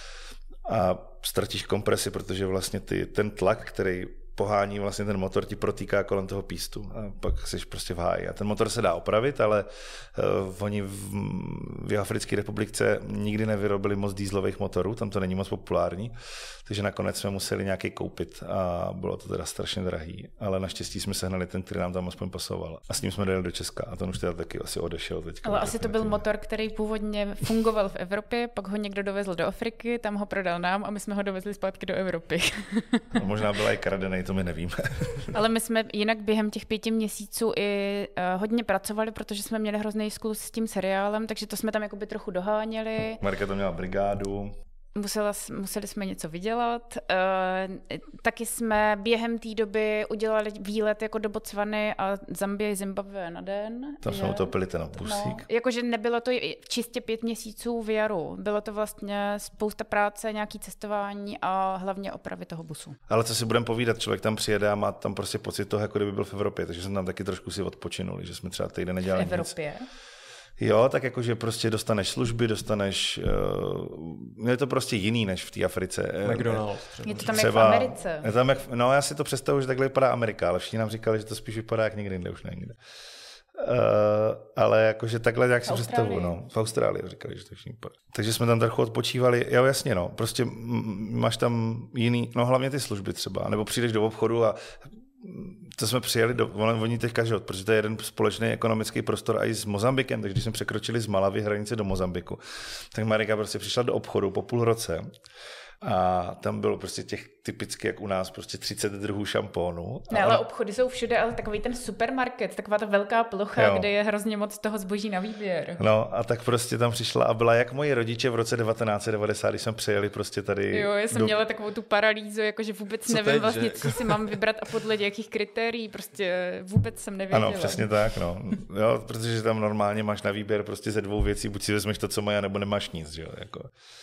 A ztratíš kompresi, protože vlastně ty, ten tlak, který pohání vlastně ten motor, ti protýká kolem toho pístu a pak jsi prostě v háji. A ten motor se dá opravit, ale uh, oni v, v Jihoafrické republice nikdy nevyrobili moc dýzlových motorů, tam to není moc populární, takže nakonec jsme museli nějaký koupit a bylo to teda strašně drahý, ale naštěstí jsme sehnali ten, který nám tam aspoň pasoval. A s ním jsme dojeli do Česka a ten už teda taky asi odešel teďka. Ale asi to byl motor, který původně fungoval v Evropě, pak ho někdo dovezl do Afriky, tam ho prodal nám a my jsme ho dovezli zpátky do Evropy. No, možná byla i kradenej, to my nevíme. Ale my jsme jinak během těch pěti měsíců i uh, hodně pracovali, protože jsme měli hrozný skluz s tím seriálem, takže to jsme tam jakoby trochu doháněli. Marka to měla brigádu. Musela, museli jsme něco vydělat. Uh, taky jsme během té doby udělali výlet jako do Botswany a Zambie, Zimbabwe na den. Tam že? jsme utopili ten busík. No, jakože nebylo to čistě pět měsíců v jaru. Bylo to vlastně spousta práce, nějaký cestování a hlavně opravy toho busu. Ale co si budeme povídat, člověk tam přijede a má tam prostě pocit toho, jako kdyby byl v Evropě, takže jsme tam taky trošku si odpočinuli, že jsme třeba týden nedělali nic. V Evropě? Nic. Jo, tak jakože prostě dostaneš služby, dostaneš, uh, je to prostě jiný než v té Africe. McDonald's třeba. Je to tam třeba, jak v Americe. Je tam jak, no já si to představuji, že takhle vypadá Amerika, ale všichni nám říkali, že to spíš vypadá jak někde jinde, už někde. Uh, ale jakože takhle nějak si představuji, no. V Austrálii říkali, že to všichni vypadá. Takže jsme tam trochu odpočívali, jo jasně, no. Prostě máš tam jiný, no hlavně ty služby třeba, nebo přijdeš do obchodu a to jsme přijeli do, oni teďka, že, protože to je jeden společný ekonomický prostor a i s Mozambikem, takže když jsme překročili z Malavy hranice do Mozambiku, tak Marika prostě přišla do obchodu po půl roce a tam bylo prostě těch typicky, jak u nás, prostě třicet druhů šampónů. Ne, ale obchody jsou všude, ale takový ten supermarket, taková ta velká plocha, jo. Kde je hrozně moc toho zboží na výběr. No a tak prostě tam přišla a byla jak moji rodiče v roce devatenáct set devadesát, když jsme přijeli prostě tady. Jo, já jsem do... měla takovou tu paralýzu, jakože vůbec co nevím teď, vlastně, že... co si mám vybrat a podle jakých kritérií, prostě vůbec jsem nevěděla. Ano, přesně tak, no. Jo, protože tam normálně máš na výběr prostě ze dvou věcí, buď si vezmeš to, co mají, nebo nemáš nic, že jo, jako.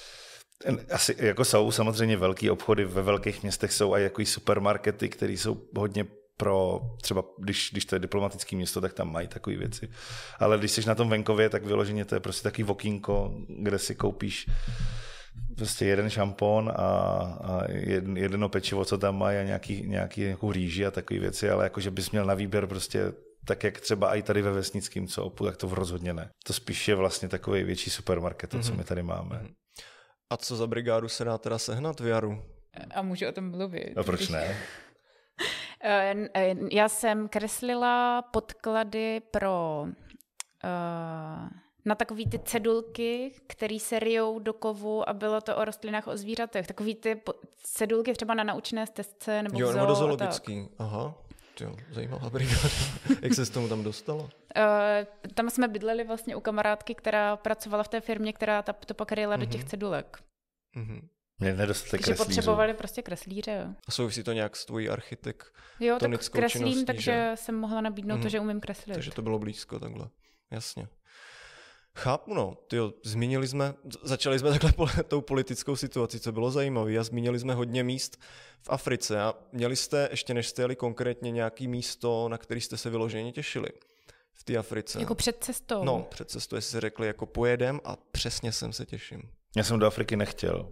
Asi jako jsou samozřejmě velký obchody, ve velkých městech jsou i jako supermarkety, které jsou hodně pro, třeba když, když to je diplomatické město, tak tam mají takové věci. Ale když jsi na tom venkově, tak vyloženě to je prostě takový okýnko, kde si koupíš prostě jeden šampón a, a jedno, jedno pečivo, co tam mají a nějaký, nějaký nějakou rýži a takové věci, ale jakože bys měl na výběr prostě tak jak třeba i tady ve Vesnickém co-opu, tak to rozhodně ne. To spíš je vlastně takový větší supermarket, mm-hmm. co my tady máme. Mm-hmm. A co za brigádu se dá teda sehnat v jaru? A můžu o tom mluvit. A proč ne? Já jsem kreslila podklady pro uh, na takový ty cedulky, které se ryjou do kovu a bylo to o rostlinách, o zvířatech. Takový ty cedulky třeba na naučné stezce nebo jo, v zoo. Nebo do zoologický. Aha, jo, zajímavá brigáda. Jak se s tomu tam dostalo? Uh, tam jsme bydleli vlastně u kamarádky, která pracovala v té firmě, která ta, to pak ryjela mm-hmm. do těch cedulek. Mm-hmm. Mě nedostatek takže kreslířů. Potřebovali prostě kreslíře. A souvisí to nějak s tvojí architekt? Jo, tak kreslím, činností, takže že? jsem mohla nabídnout mm-hmm. to, že umím kreslit. Takže to bylo blízko takhle, jasně. Chápu, no. Tyjo, zmínili jsme, začali jsme takhle tou politickou situací, co bylo zajímavé, a zmínili jsme hodně míst v Africe. A měli jste, ještě než jste jeli konkrétně, nějaký místo, na který jste se vyloženě těšili v té Africe? Jako před cestou? No, před cestou, jestli si řekli, jako pojedem a přesně jsem se těším. Já jsem do Afriky nechtěl.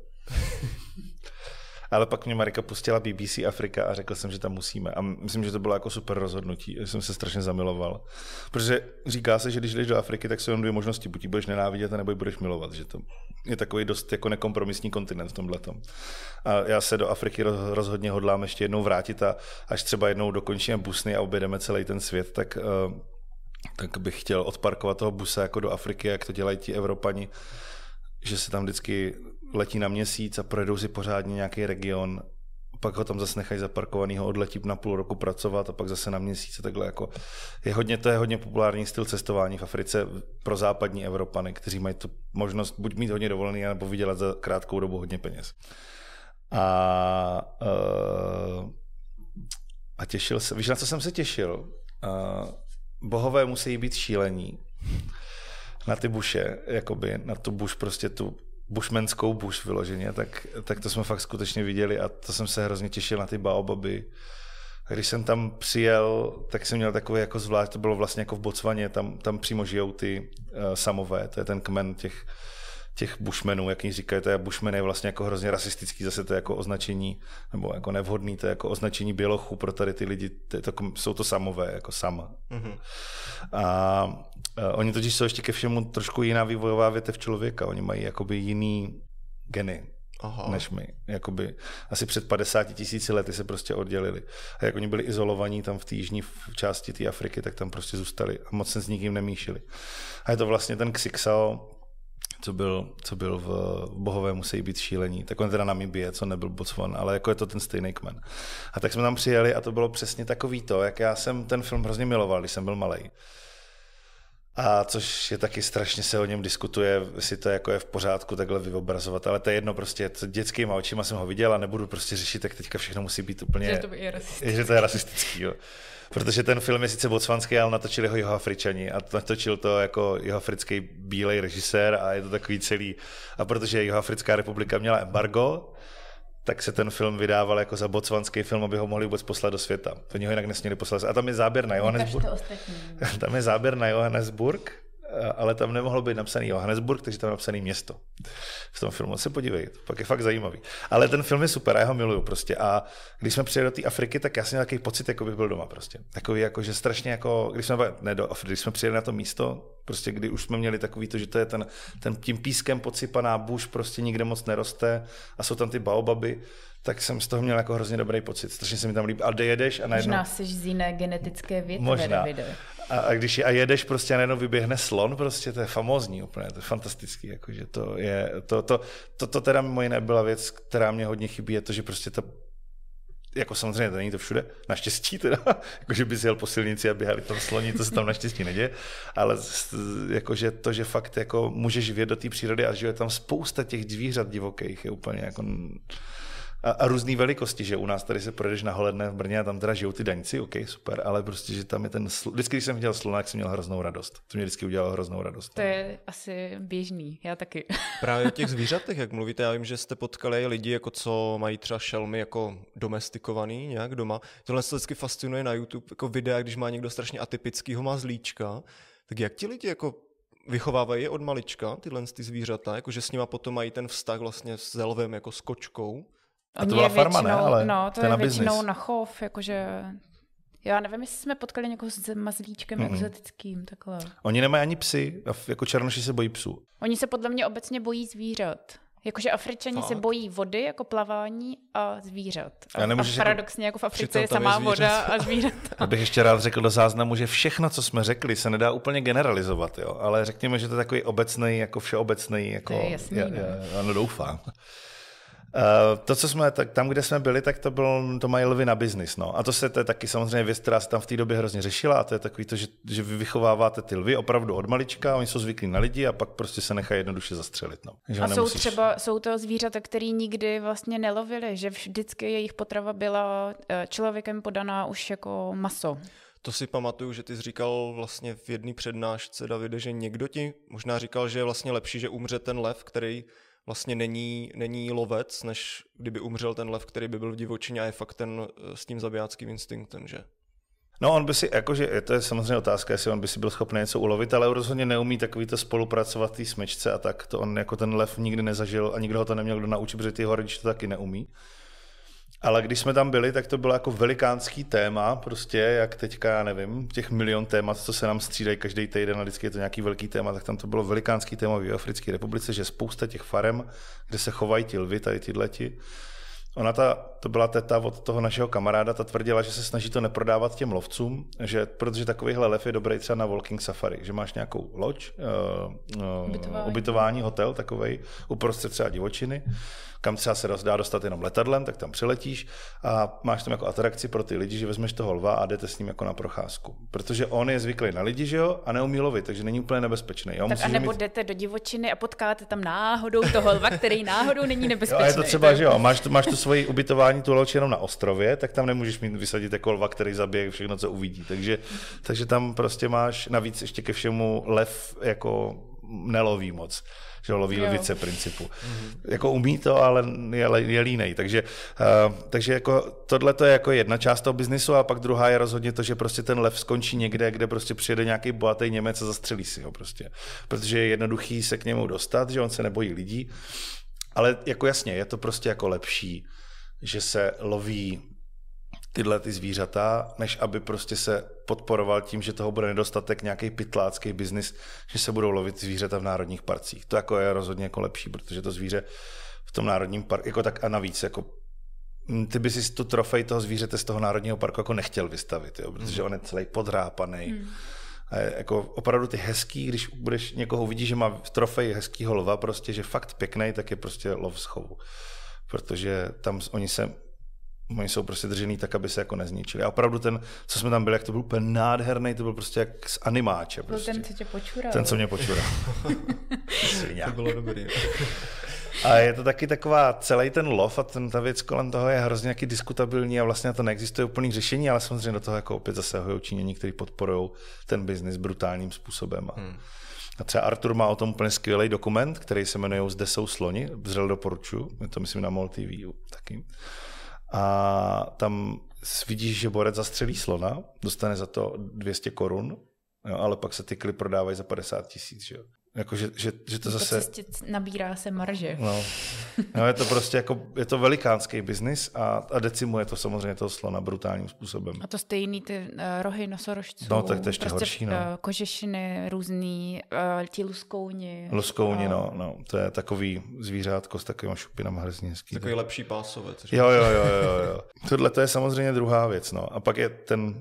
Ale pak mě Marika pustila B B C Afrika a řekl jsem, že tam musíme. A myslím, že to bylo jako super rozhodnutí. Já jsem se strašně zamiloval. Protože říká se, že když jdeš do Afriky, tak jsou jen dvě možnosti. Buď ji budeš nenávidět, nebo ji budeš milovat. Že to je takový dost jako nekompromisní kontinent v tomhletom. A já se do Afriky rozhodně hodlám ještě jednou vrátit a až třeba jednou dokončíme busny a objedeme celý ten svět, tak, tak bych chtěl odparkovat toho buse jako do Afriky, jak to dělají ti Evropani, že se tam vždycky letí na měsíc a projedou si pořádně nějaký region, pak ho tam zase nechají zaparkovanýho, odletí na půl roku pracovat a pak zase na měsíc a takhle jako. Je hodně, to je hodně populární styl cestování v Africe pro západní Evropany, kteří mají tu možnost buď mít hodně dovolený, nebo vydělat za krátkou dobu hodně peněz. A, uh, a těšil se, víš, na co jsem se těšil? Uh, bohové musí být šílení na ty buše, jakoby na tu buš, prostě tu bušmenskou buš vyloženě, tak, tak to jsme fakt skutečně viděli a to jsem se hrozně těšil na ty baobaby. A když jsem tam přijel, tak jsem měl takový jako zvlášť, to bylo vlastně jako v Botswaně, tam, tam přímo žijou ty uh, samové, to je ten kmen těch, těch bushmenů, jak jim říkají, to je bushman je vlastně jako hrozně rasistický, zase to je jako označení, nebo jako nevhodný, to je jako označení bělochů pro tady ty lidi, to je to, jsou to samové, jako sama. Mm-hmm. A uh, oni totiž jsou ještě ke všemu trošku jiná vývojová větev člověka, oni mají jakoby jiný geny. Aha. Než my. Jakoby asi před padesáti tisíci lety se prostě oddělili. A jak oni byli izolovaní tam v té jižní části té Afriky, tak tam prostě zůstali a moc se s nikým nemíšili. A je to vlastně ten Ksixao, co byl, co byl v, v Bohové musí být šílení. Tak on teda Namibie, co nebyl Botswan, ale jako je to ten stejný kmen. A tak jsme tam přijeli a to bylo přesně takový to, jak já jsem ten film hrozně miloval, když jsem byl malej. A což je taky strašně se o něm diskutuje, jestli to jako je v pořádku takhle vyobrazovat, ale to je jedno prostě, dětskýma očima jsem ho viděl a nebudu prostě řešit, jak teďka všechno musí být úplně... Že to je rasistický. Že to je rasistický, jo. Protože ten film je sice botswanský, ale natočili ho Jihoafričani a natočil to jako jihoafrický bílej režisér a je to takový celý... A protože Jihoafrická republika měla embargo, tak se ten film vydával jako za botswanský film, aby ho mohli vůbec poslat do světa. Oni ho jinak nesměli poslat. A tam je záběr na Johannesburg. Tam je záběr na Johannesburg, ale tam nemohlo být napsaný Johannesburg, takže tam je napsaný město. V tom filmu se podívej, to pak je fakt zajímavý. Ale ten film je super, já ho miluju prostě. A když jsme přijeli do té Afriky, tak já jsem měl takový pocit, jako bych byl doma prostě. Takový jako, že strašně jako, když jsme, ne do Afriky, když jsme přijeli na to místo, prostě kdy už jsme měli takový to, že to je ten, ten tím pískem podsypaná buš, prostě nikde moc neroste a jsou tam ty baobaby, tak jsem z toho měl jako hrozně dobrý pocit. Strašně se mi tam líbí. A kde jedeš a najednou... Možná jsi z jiné genetické větve, Možná. Davide. A, a když je, a jedeš prostě a najednou vyběhne slon, prostě to je famózní úplně, to je fantastický, jakože to je, to, to, to, to teda mimo jiné byla věc, která mě hodně chybí, je to, že prostě to, jako samozřejmě to není to všude, naštěstí teda, jakože bys jel po silnici a běhali tam sloni, to se tam naštěstí neděje, ale jakože to, že fakt jako můžeš vjet do té přírody a že je tam spousta těch zvířat divokých, je úplně jako... A, a různý velikosti, že u nás tady se projedeš na Holedné v Brně a tam teda žijou ty daňci, ok, super, ale prostě, že tam je ten, sl... vždycky, když jsem viděl slona, tak jsem měl hroznou radost. To mě vždycky udělalo hroznou radost. To je asi běžný, já taky. Právě o těch zvířatech, jak mluvíte, já vím, že jste potkali lidi, jako co mají třeba šelmy jako domestikovaný nějak doma. Tohle se vždycky fascinuje na YouTube, jako videa, když má někdo strašně atypickýho mazlíčka, tak jak ti lidi jako vychovávají je od malička, tyhle ty zvířata, jakože s nima potom mají ten vztah vlastně s lvem jako s kočkou. A to byla farma, většinou, ne? Ale no, to, to je, je většinou business. na chov, jakože... Já nevím, jestli jsme potkali někoho s mazlíčkem mm-hmm. exotickým, takhle. Oni nemají ani psy, jako černoši se bojí psů. Oni se podle mě obecně bojí zvířat. Jakože Afričani Fakt? se bojí vody jako plavání a zvířat. A, A a paradoxně jako v Africe je samá je voda a zvířata. Abych ještě rád řekl do záznamu, že všechno, co jsme řekli, se nedá úplně generalizovat, jo? Ale řekněme, že to je takový obecný, jako všeobecný, jako... To je jasný, já, no. já, ano, doufám. Uh, to, co jsme, tak tam, kde jsme byli, tak to bylo, to mají lvy na biznis, no. A to se to je taky samozřejmě věc, která se tam v té době hrozně řešila, a to je takový to, že, že vy vychováváte ty lvy opravdu od malička, oni jsou zvyklí na lidi a pak prostě se nechají jednoduše zastřelit, no. Že a jsou nemusíš... třeba, jsou to zvířata, který nikdy vlastně nelovili, že vždycky jejich potrava byla člověkem podaná už jako maso. To si pamatuju, že ty jsi říkal vlastně v jedné přednášce, Davide, že někdo ti možná říkal, že je vlastně lepší, že umře ten lev, který vlastně není, není lovec, než kdyby umřel ten lev, který by byl v divočině a je fakt ten s tím zabijáckým instinktem, že? No on by si, jakože, to je samozřejmě otázka, jestli on by si byl schopný něco ulovit, ale rozhodně neumí takový to spolupracovat v té smečce a tak, to on jako ten lev nikdy nezažil a nikdo ho to neměl kdo naučit, protože ty rodiče to taky neumí. Ale když jsme tam byli, tak to bylo jako velikánský téma, prostě jak teďka, já nevím, těch milion témat, co se nám střídají každý týden a vždycky je to nějaký velký téma, tak tam to bylo velikánský téma v Africké republice, že spousta těch farem, kde se chovají ti lvy, tady tyhleti. Ona ta, to byla teta od toho našeho kamaráda, ta tvrdila, že se snaží to neprodávat těm lovcům, že, protože takovýhle lev je dobrý třeba na walking safari, že máš nějakou loď, uh, uh, ubytování. ubytování, hotel takovej, uprostřed třeba divočiny, kam třeba se dá dostat jenom letadlem, tak tam přiletíš a máš tam jako atrakci pro ty lidi, že vezmeš toho lva a jdete s ním jako na procházku. Protože on je zvyklý na lidi, že jo, a neumí lovit, takže není úplně nebezpečný. Jo? Tak a nebo mít... jdete do divočiny a potkáte tam náhodou toho lva, který náhodou není nebezpečný. Jo, a je to třeba, že jo, máš, máš tu svoji ubytování, tu loď jenom na ostrově, tak tam nemůžeš mít vysadit jako lva, který zabije všechno, co uvidí. Takže, takže tam prostě máš navíc ještě ke všemu lev jako neloví moc. Že loví lvice principu. Mm-hmm. Jako umí to, ale je, je línej. Takže, uh, takže jako tohle to je jako jedna část toho biznisu a pak druhá je rozhodně to, že prostě ten lev skončí někde, kde prostě přijede nějaký bohatý Němec a zastřelí si ho prostě. Protože je jednoduchý se k němu dostat, že on se nebojí lidí. Ale jako jasně, je to prostě jako lepší, že se loví tyhle ty zvířata, než aby prostě se podporoval tím, že toho bude nedostatek, nějaký pytlácký biznis, že se budou lovit zvířata v národních parcích. To jako je rozhodně jako lepší, protože to zvíře v tom národním parku, jako tak a navíc, jako ty by si tu trofej toho zvířete z toho národního parku jako nechtěl vystavit, jo, protože mm. on je celý podrápaný. Mm. A je jako opravdu ty hezký, když budeš někoho uvidí, že má trofej hezkýho lva, prostě, že fakt pěkný, tak je prostě lov z chovu. Protože tam oni se Oni jsou prostě držený tak, aby se jako nezničili. A opravdu ten, co jsme tam byli, jak to byl úplně nádherný, to byl prostě jak z animáče. Prostě. Byl ten, co tě počural. Ten, co mě počural. To bylo dobrý. A je to taky taková, celý ten lov a ten, ta věc kolem toho je hrozně nějaký diskutabilní a vlastně na to neexistuje úplný řešení, ale samozřejmě do toho jako opět zasahují Číňani, kteří podporují ten biznis brutálním způsobem. Hmm. A třeba Artur má o tom úplně skvělý dokument, který se jmenuje Zde jsou sloni, vřel doporučuji, je to myslím na MOL T V taky. A tam vidíš, že borec zastřelí slona, dostane za to dvě stě korun, jo, ale pak se ty klip prodávají za padesát tisíc, že jo. Jako, že, že, že to zase... Prostě nabírá se marže. No. No, je to prostě jako, je to velikánský biznis a, a decimuje to samozřejmě toho slona brutálním způsobem. A to stejný ty uh, rohy nosorožců. No, tak to ještě prostě, horší, no. Uh, kožešiny různý, uh, ti luskouni. Luskouni, no, no, to je takový zvířátko s takovýma šupinama hrozně hezký. Takový lepší pásovec. Jo, jo, jo, jo, jo. Tohle to je samozřejmě druhá věc, no. A pak je ten...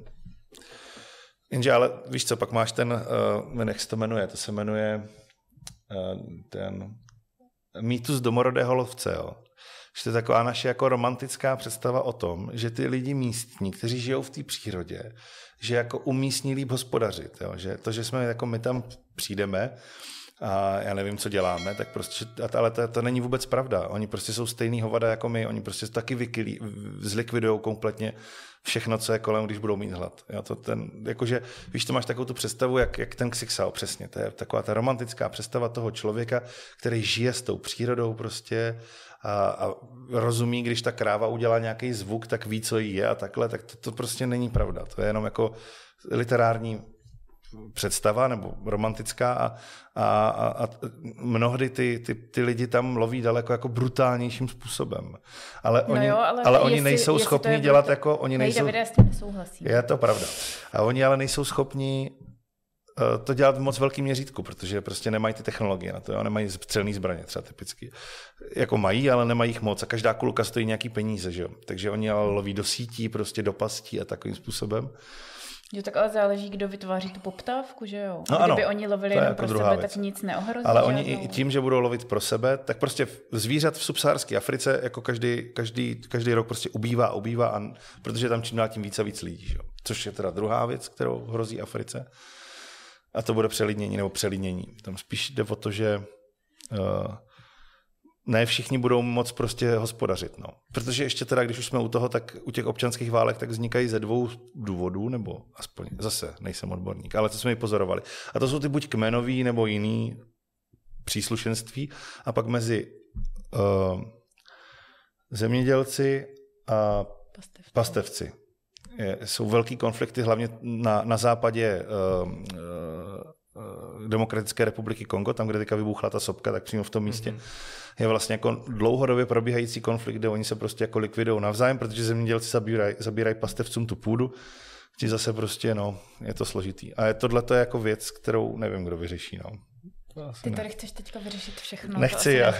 Jenže, ale víš co, pak máš ten, uh, jak se to jmenuje, to se jmenuje uh, ten mýtus domorodého lovce, jo. Že to je taková naše jako romantická představa o tom, že ty lidi místní, kteří žijou v té přírodě, že jako umístní líp hospodařit, jo. Že to, že jsme jako my tam přijdeme a já nevím, co děláme, tak prostě, ale to, to není vůbec pravda. Oni prostě jsou stejný hovada jako my, oni prostě taky vykylí, zlikvidujou kompletně všechno, co je kolem, když budou mít hlad. Jo, to ten, jakože, víš, to máš takovou tu představu, jak, jak ten Ksixao přesně. To je taková ta romantická představa toho člověka, který žije s tou přírodou prostě a, a rozumí, když ta kráva udělá nějaký zvuk, tak ví, co jí je a takhle, tak to, to prostě není pravda. To je jenom jako literární představa nebo romantická a, a, a, a mnohdy ty, ty, ty lidi tam loví daleko jako brutálnějším způsobem. Ale oni, no jo, ale ale oni jestli, nejsou jestli schopni je dělat jako... Oni nejsou, Davide, s tím nesouhlasím. je to pravda. A oni ale nejsou schopni to dělat v moc velkým měřítku, protože prostě nemají ty technologie na to, jo? Nemají střelný zbraně třeba typicky. Jako mají, ale nemají jich moc a každá kulka stojí nějaký peníze, že jo? Takže oni ale loví do sítí, prostě do pastí a takovým způsobem. Jo, tak ale záleží, kdo vytváří tu poptávku, že jo? No Kdyby ano, oni lovili jenom jako pro sebe, věc. Tak nic neohrozí. Ale oni i tím, že budou lovit pro sebe, tak prostě zvířat v subsaharské Africe jako každý, každý, každý rok prostě ubývá a ubývá, a, protože tam čím dál tím víc a víc lidí. Že? Což je teda druhá věc, kterou hrozí Africe. A to bude přelidnění nebo přelidnění. Tam spíš jde o to, že uh, ne všichni budou moc prostě hospodařit. No. Protože ještě teda, když už jsme u toho, tak u těch občanských válek tak vznikají ze dvou důvodů, nebo aspoň zase nejsem odborník, ale to jsme ji pozorovali. A to jsou ty buď kmenový nebo jiný příslušenství a pak mezi uh, zemědělci a pastevci. pastevci. Je, jsou velký konflikty, hlavně na, na západě uh, uh, Demokratické republiky Kongo, tam, kde teďka vybuchla ta sopka, tak přímo v tom místě. Mm-hmm. Je vlastně jako dlouhodobě probíhající konflikt, kde oni se prostě jako likvidují navzájem, protože zemědělci zabírají, zabírají pastevcům tu půdu, ti zase prostě, no, je to složitý. A tohle to je jako věc, kterou nevím, kdo vyřeší, no. Ty tady ne. chceš teďka vyřešit všechno. Nechci, já.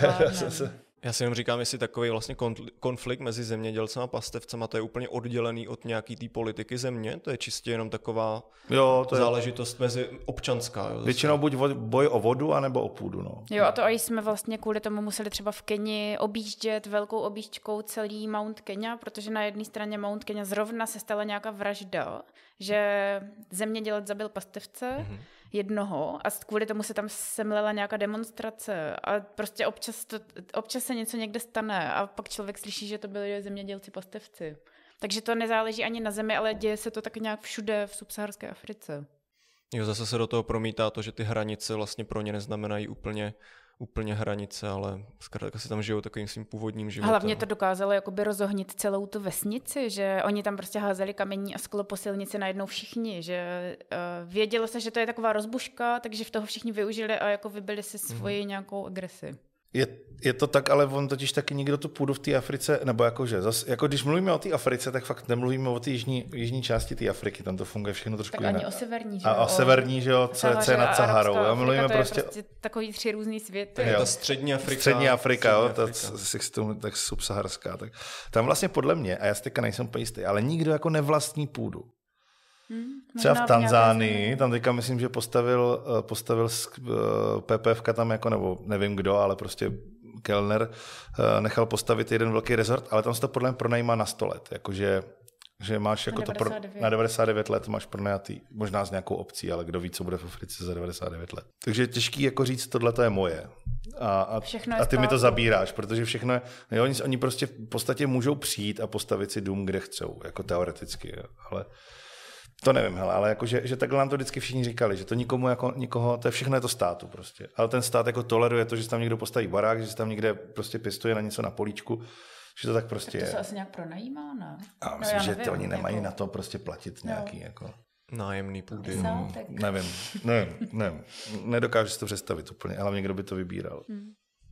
Já si jenom říkám, jestli takový vlastně konflikt mezi zemědělcem a pastevcem, to je úplně oddělený od nějaký té politiky země, to je čistě jenom taková jo, to záležitost je... mezi občanská. Jo, většinou buď boj o vodu, anebo o půdu. No. Jo, a to i jsme vlastně kvůli tomu museli třeba v Keni objíždět velkou objížďkou celý Mount Kenya, protože na jedné straně Mount Kenya zrovna se stala nějaká vražda, že zemědělec zabil pastevce, mm-hmm. jednoho a kvůli tomu se tam semlela nějaká demonstrace a prostě občas, to, občas se něco někde stane a pak člověk slyší, že to byli zemědělci pastevci. Takže to nezáleží ani na zemi, ale děje se to tak nějak všude v subsaharské Africe. Jo, zase se do toho promítá to, že ty hranice vlastně pro ně neznamenají úplně úplně hranice, ale zkrátka si tam žijou takovým svým původním životem. Hlavně to dokázalo jakoby rozohnit celou tu vesnici, že oni tam prostě házeli kamení a sklo po silnici najednou všichni, že uh, vědělo se, že to je taková rozbuška, takže v toho všichni využili a jako vybili si svoji mm. nějakou agresi. Je, je to tak, ale on totiž taky nikdo tu půdu v té Africe, nebo jakože, zas, jako když mluvíme o té Africe, tak fakt nemluvíme o té jižní, jižní části té Afriky, tam to funguje všechno trošku tak jinak. ani o severní, že A o, o severní, že jo, co, co je nad Saharou. Já mluvíme to prostě... je prostě takový tři různý světy. Je ta střední Afrika. Střední Afrika, jo, ta, tak subsaharská. Tak. Tam vlastně podle mě, a já si teďka nejsem jistý, ale nikdo jako nevlastní půdu. Hmm, třeba v Tanzánii, tam teďka myslím, že postavil, postavil P P F tam jako, nebo nevím kdo, ale prostě Kellner nechal postavit jeden velký resort, ale tam se to podle mě pronajímá na sto let, jakože že máš jako to pro, na devadesát devět let máš pronajatý, možná s nějakou opcí, ale kdo ví, co bude v Africe za devadesát devět let. Takže je těžký jako říct, tohle to je moje. A, a, a ty mi to zabíráš, protože všechno je, jo, oni, oni prostě v podstatě můžou přijít a postavit si dům, kde chcou, jako teoreticky, jo, ale to nevím, hele, ale jako, že, že takhle nám to vždycky všichni říkali, že to nikomu jako nikoho, to je všechno je to státu prostě. Ale ten stát jako toleruje to, že si tam někdo postaví barák, že si tam někde prostě pěstuje na něco na políčku, že to tak prostě tak to je. se asi nějak pronajímá, ne? A myslím, no, že nevím, ty oni nemají jako... na to prostě platit nějaký no. jako... nájemný půdy. Hmm, nevím, nevím, nevím. Nedokážu si to představit úplně, ale někdo by to vybíral. Hmm.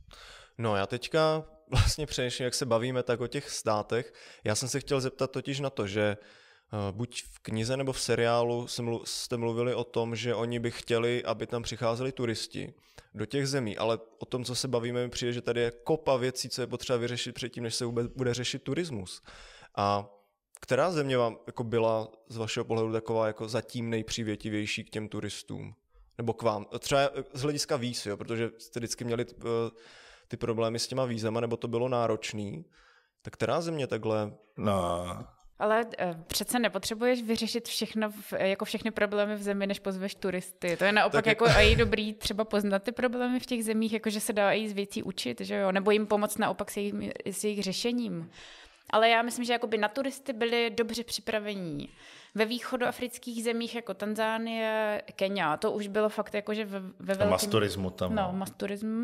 No já teďka vlastně především, jak se bavíme tak o těch státech, já jsem se chtěl zeptat totiž na to, že buď v knize nebo v seriálu jste mluvili o tom, že oni by chtěli, aby tam přicházeli turisti do těch zemí, ale o tom, co se bavíme, mi přijde, že tady je kopa věcí, co je potřeba vyřešit předtím, než se vůbec bude řešit turismus. A která země vám jako byla z vašeho pohledu taková jako zatím nejpřívětivější k těm turistům? Nebo k vám? Třeba z hlediska víz, jo, protože jste vždycky měli ty problémy s těma vízama, nebo to bylo náročný. Tak která země takhle... No... Ale uh, přece nepotřebuješ vyřešit všechno, v, jako všechny problémy v zemi, než pozveš turisty. To je naopak jako je... i dobrý třeba poznat ty problémy v těch zemích, jakože se dá i z věcí učit, že jo? Nebo jim pomoct naopak s jejich, s jejich řešením. Ale já myslím, že jakoby na turisty byli dobře připravení. Ve východoafrických zemích jako Tanzánie, Kenia, to už bylo fakt jakože ve, ve velkém... Masturismu tam. No, masturismu.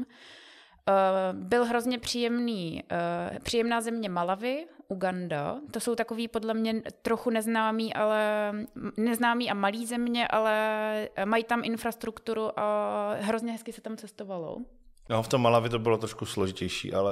Uh, byl hrozně příjemný, uh, příjemná země Malawi, Uganda. To jsou takový podle mě trochu neznámý, ale neznámý a malý země, ale mají tam infrastrukturu a hrozně hezky se tam cestovalo. No, v tom Malawi to bylo trošku složitější, ale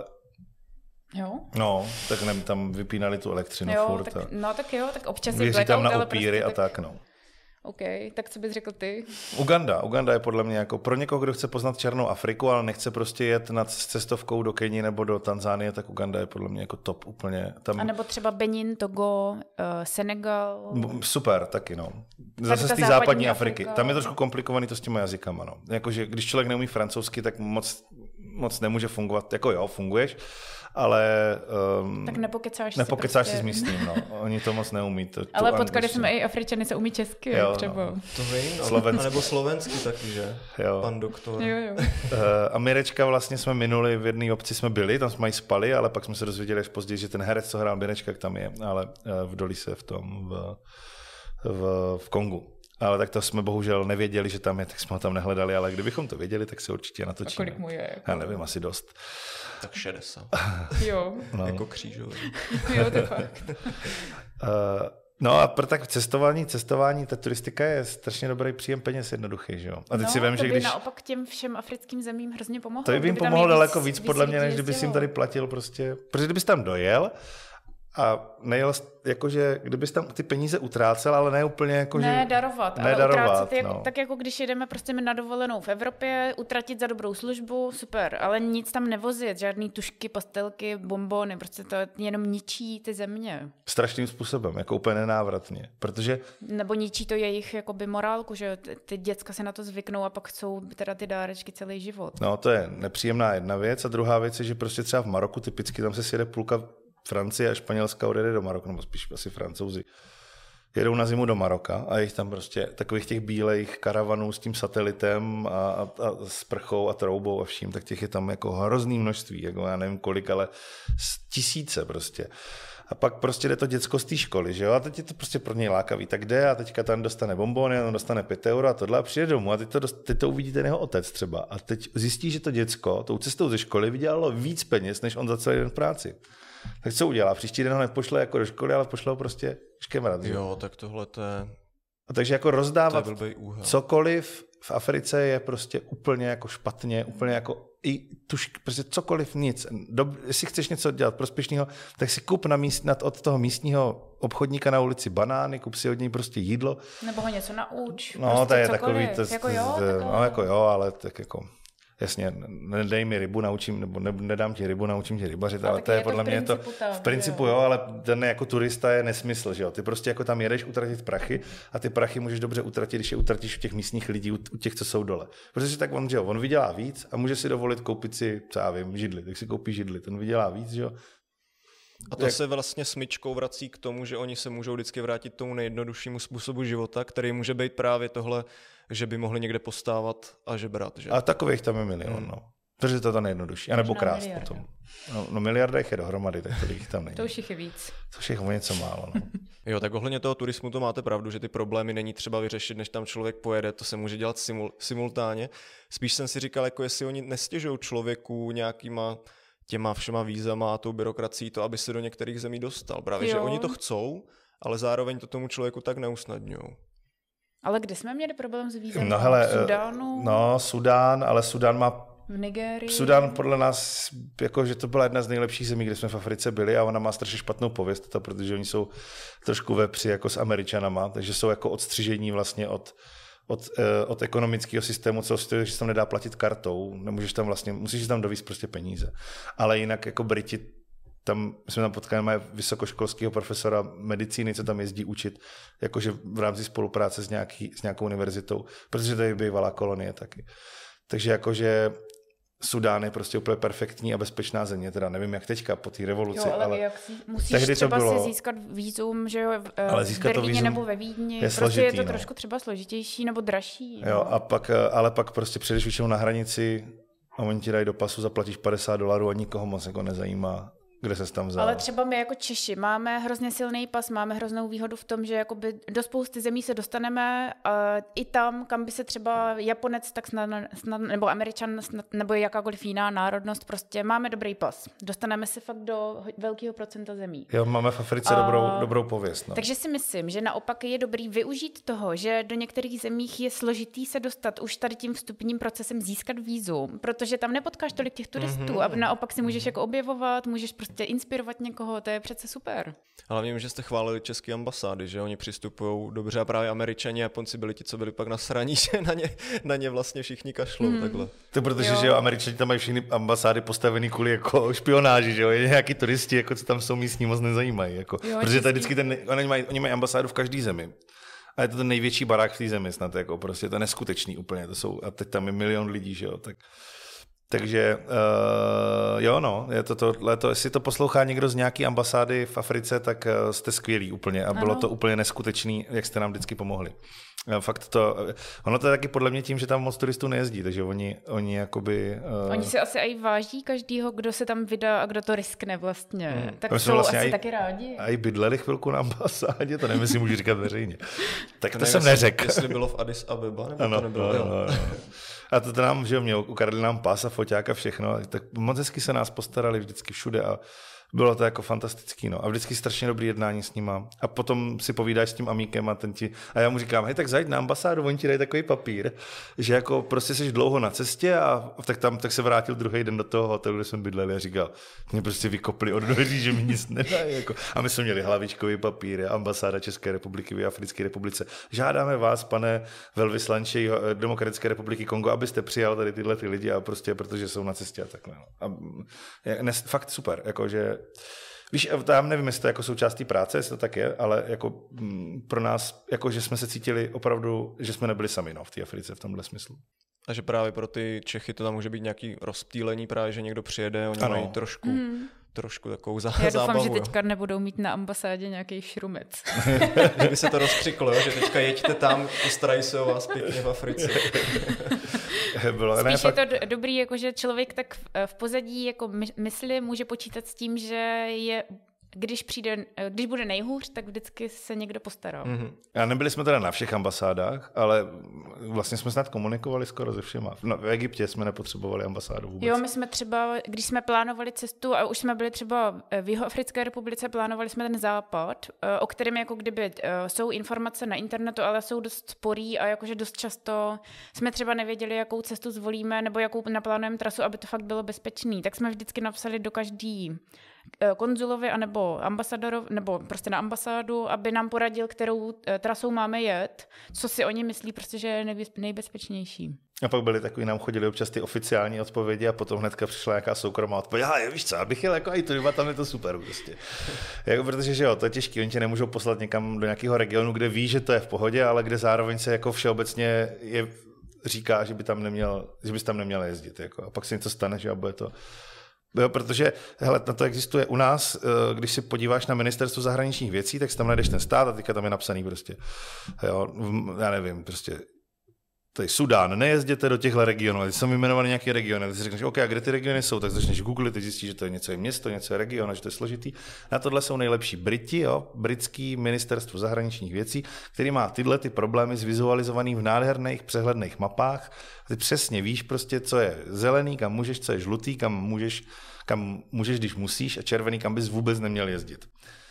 jo? No, tak ne, tam vypínali tu elektřinu jo, furt. Tak, no tak jo, tak občas je blackout, tam na upíry a tak, tak no. OK, tak co bys řekl ty? Uganda. Uganda je podle mě jako pro někoho, kdo chce poznat černou Afriku, ale nechce prostě jet nad cestovkou do Keni nebo do Tanzánie, tak Uganda je podle mě jako top úplně. Tam... A nebo třeba Benin, Togo, uh, Senegal. Super, taky no. Zase z té západní Afriky. Afrika. Tam je trošku komplikovaný to s těmi jazykama. No. Jakože když člověk neumí francouzsky, tak moc, moc nemůže fungovat. Jako jo, funguješ, ale um, tak nepokecáš, nepokecáš si, si prostě... s místním. No. Oni to moc neumí. To, ale potkali jsme i Afričany, se umí česky. Jo, třeba. No. To vím. Slovensky. A nebo slovensky taky, že? Jo. Pan doktor. Jo, jo. Uh, a Mirečka vlastně jsme minuli, v jedné obci jsme byli, tam jsme ji spali, ale pak jsme se dozvěděli až později, že ten herec, co hrál Mirečka, tam je, ale uh, v Dolise v tom, v, v, v Kongu. Ale tak to jsme bohužel nevěděli, že tam je, tak jsme ho tam nehledali, ale kdybychom to věděli, tak se určitě natočíme. A kolik mu je? Jako... Já nevím, asi dost. Tak šedesát. Jo. No. Jako křížový. Jo, to je fakt. uh, no a pro tak cestování, cestování, ta turistika je strašně dobrý příjem peněz, jednoduchý, že jo? A teď no, si vím, to že by když... naopak těm všem africkým zemím hrozně pomohlo. To by jim pomohlo daleko víc, víc podle mě, než kdyby jsi jim tady platil prostě, protože kdybys tam dojel a nejel, jakože, kdybys tam ty peníze utrácel, ale ne úplně jakože... Ne darovat, ne ale darovat, utrácet, no. jako, tak jako když jedeme prostě na dovolenou v Evropě, utratit za dobrou službu, super, ale nic tam nevozit, žádný tušky, pastelky, bonbony, prostě to jenom ničí ty země. Strašným způsobem, jako úplně nenávratně, protože... Nebo ničí to jejich jakoby morálku, že ty děcka se na to zvyknou a pak chcou teda ty dárečky celý život. No to je nepříjemná jedna věc a druhá věc je, že prostě třeba v Maroku typicky tam se sjede půlka Francie a Španělska odjede do Maroka, nebo spíš asi Francouzi. Jedou na zimu do Maroka a jich tam prostě takových těch bílejch karavanů s tím satelitem a, a, a sprchou a troubou a vším, tak těch je tam jako hrozný množství, jako já nevím kolik, ale tisíce prostě. A pak prostě jde to děcko z té školy, že jo, a teď je to prostě pro něj lákavý, tak jde a teďka tam dostane bonbony, on dostane pět euro a tohle a přijde domů a teď to, dost, teď to uvidí ten jeho otec třeba a teď zjistí, že to děcko tou cestou ze školy vydělalo víc peněz, než on za celý den v práci. Tak co udělá? Příští den ho nepošle jako do školy, ale pošle ho prostě škemrat. Jo, tak tohle to je... A takže jako rozdávat cokoliv v Africe je prostě úplně jako špatně, úplně jako i tuž, prostě cokoliv nic. Dob, jestli chceš něco dělat prospěšného, tak si kup na míst, nad, od toho místního obchodníka na ulici banány, kup si od něj prostě jídlo. Nebo ho něco nauč. No, prostě to je cokoliv. takový, to, jako jo, to, no, jako jo, ale tak jako... Jasně, nedej mi rybu, naučím, nebo ne, nedám ti rybu, naučím tě rybařit, ale to je, je podle mě to, tak, v principu jo. jo, ale ten jako turista je nesmysl, že jo, ty prostě jako tam jedeš utratit prachy a ty prachy můžeš dobře utratit, když je utratíš u těch místních lidí, u, u těch, co jsou dole. Protože tak on, že jo, on vydělá víc a může si dovolit koupit si, co já vím, židli, tak si koupí židli, ten vydělá víc, že jo. A to Jak... se vlastně smyčkou vrací k tomu, že oni se můžou vždycky vrátit tomu nejjednoduššímu způsobu života, který může být právě tohle, že by mohli někde postávat a žebrat. Že? A takových tam je milion, hmm. no. Protože to je to nejjednodušší. A nebo krást potom. No, no miliarda jich je dohromady, tak to jich tam není. To už jich je víc. To už jich je něco málo, no. Jo, tak ohledně toho turismu to máte pravdu, že ty problémy není třeba vyřešit, než tam člověk pojede, to se může dělat simul- simultánně. Spíš jsem si říkal, jako jestli oni nestěžují člověku nějakýma těma všema vízama a tou byrokracií to, aby se do některých zemí dostal. Právě, jo. Že oni to chcou, ale zároveň to tomu člověku tak neusnadňují. Ale kde jsme měli problém s vízem? No hele, v Sudánu? No, Sudán, ale Sudán má... V Nigérii? Sudán podle nás, jako, že to byla jedna z nejlepších zemí, kde jsme v Africe byli a ona má strašně špatnou pověst, to, protože oni jsou trošku vepři jako s Američanama, takže jsou jako odstřižení vlastně od, od, od ekonomického systému, co že se tam nedá platit kartou, nemůžeš tam vlastně, musíš tam dovízt prostě peníze. Ale jinak jako Briti, tam jsme tam potkali máme vysokoškolského profesora medicíny, co tam jezdí učit, jakože v rámci spolupráce s, nějaký, s nějakou univerzitou, protože to je bývalá kolonie taky. Takže jakože Sudán je prostě úplně perfektní a bezpečná země, teda nevím jak teďka po té revoluci, jo, ale, ale jak si, musíš třeba bylo, si získat vízum, že jo, v, v Berlíně nebo ve Vídni, je prostě složitý, je to no. trošku třeba složitější nebo dražší. Jo, no. a pak, ale pak prostě přijdeš většinou na hranici a oni ti dají do pasu, zaplatíš padesát dolarů a nikoho moc jako nezajímá, kde ses tam vzal. Ale třeba my jako Češi máme hrozně silný pas, máme hroznou výhodu v tom, že jakoby do spousty zemí se dostaneme a i tam, kam by se třeba Japonec tak snad, snad nebo Američan snad, nebo jakákoliv jiná národnost, prostě máme dobrý pas. Dostaneme se fakt do velkého procenta zemí. Jo, máme v Africe a... dobrou, dobrou pověst. No. Takže si myslím, že naopak je dobrý využít toho, že do některých zemích je složitý se dostat už tady tím vstupním procesem získat vízum, protože tam nepotkáš tolik těch turistů mm-hmm. a naopak si můžeš jako objevovat, můžeš prostě prostě inspirovat někoho, to je přece super. Ale vím, že jste chválili české ambasády, že oni přistupují dobře a právě Američani a Japonci byli ti, co byli pak nasraní, že na ně, na ně vlastně všichni kašlou hmm. takhle. To protože, jo. že jo, Američani tam mají všechny ambasády postavený kvůli jako špionáži, že jo, nějaký turisti, jako co tam jsou místní, moc nezajímají, jako. Jo, protože tady vždycky ten, oni mají, oni mají ambasádu v každé zemi. A je to ten největší barák v té zemi snad, jako prostě to je neskutečný úplně, to jsou, a teď tam je milion lidí, že jo, tak... Takže uh, jo, no, je to tohle, to, jestli to poslouchá někdo z nějaký ambasády v Africe, tak uh, jste skvělí úplně a ano. Bylo to úplně neskutečný, jak jste nám vždycky pomohli. Uh, fakt to, ono to je taky podle mě tím, že tam moc turistů nejezdí, takže oni, oni jakoby... Uh... Oni si asi i váží každýho, kdo se tam vydá a kdo to riskne vlastně. Hmm. Tak jsou vlastně asi aj, taky rádi. A i bydleli chvilku na ambasádě, to nevím, jestli můžu říkat veřejně. Tak to, to jsem neřekl. Jestli bylo v Addis Abeba, nebo ano, to nebylo. No, no, no. A to nám, že jo, měl, ukradli nám pás a foťák a všechno, tak moc hezky se nás postarali vždycky všude a bylo to jako fantastický, no. A vždycky strašně dobrý jednání s nima. A potom si povídáš s tím amíkem a ten ti... A já mu říkám, hej, tak zajď na ambasádu, oni ti dají takový papír, že jako prostě jsi dlouho na cestě a tak tam tak se vrátil druhý den do toho hotelu, kde jsme bydleli a říkal, mě prostě vykopli od dveří, že mi nic nedají. Jako. A my jsme měli hlavičkový papír, ambasáda České republiky v Africké republice. Žádáme vás, pane velvyslanče Demokratické republiky Kongo, abyste přijal tady tyhle ty lidi a prostě, protože jsou na cestě a takhle. A je, ne, fakt super, jakože víš, tam nevím, jestli to je jako součástí práce, jestli to tak je, ale jako m, pro nás, jako že jsme se cítili opravdu, že jsme nebyli sami no, v té Africe v tomhle smyslu. A že právě pro ty Čechy to tam může být nějaký rozptýlení, právě, že někdo přijede, oni ano. mají trošku, mm. trošku takovou zá, Já zábavu. doufám, že teďka nebudou mít na ambasádě nějaký šrumec. Že by se to rozkřiklo, jo? Že teďka jeďte tam, postarají se o vás pěkně v Africe. Bylo, Spíš ne, je fakt... to do, dobrý, jako že člověk tak v pozadí jako mysli může počítat s tím, že je, když přijde, když bude nejhůř, tak vždycky se někdo postará. Mm-hmm. A nebyli jsme teda na všech ambasádách, ale vlastně jsme snad komunikovali skoro se všema. No, v Egyptě jsme nepotřebovali ambasádu vůbec. Jo, my jsme třeba, když jsme plánovali cestu a už jsme byli třeba v Jihoafrické republice, plánovali jsme ten západ, o kterém jako kdyby jsou informace na internetu, ale jsou dost sporý a jakože dost často jsme třeba nevěděli, jakou cestu zvolíme nebo jakou naplánujeme trasu, aby to fakt bylo bezpečný. Tak jsme vždycky napsali do každý konzulovi anebo ambasadorovi, nebo prostě na ambasádu, aby nám poradil, kterou trasou máme jet, co si oni myslí, prostě, že je nejbezpečnější. A pak byly takový, nám chodili občas ty oficiální odpovědi a potom hnedka přišla nějaká soukromá odpověď. A víš co, abych jel jako i tudy, tam je to super prostě. Jako, protože že jo, to je těžký, oni tě nemůžou poslat někam do nějakého regionu, kde ví, že to je v pohodě, ale kde zároveň se jako všeobecně je, říká, že by tam neměl, že bys tam neměl jezdit. Jako. A pak se něco stane, že a bude to... Jo, protože hele, na to existuje u nás, když si podíváš na ministerstvo zahraničních věcí, tak si tam najdeš ten stát a teďka tam je napsaný prostě, jo, já nevím, prostě tady Sudán, nejezděte do těchto regionů, teď jsou vyjmenované nějaké regiony, ty si řekneš, OK, a kde ty regiony jsou, tak začneš googlit, ty zjistíš, že to je něco je město, něco je region, a že to je složitý. Na tohle jsou nejlepší Briti, jo, britský ministerstvo zahraničních věcí, který má tyhle ty problémy zvizualizovaný v nádherných přehledných mapách. Ty přesně víš prostě, co je zelený, kam můžeš, co je žlutý, kam můžeš, kam můžeš, když musíš, a červený, kam bys vůbec neměl jezdit.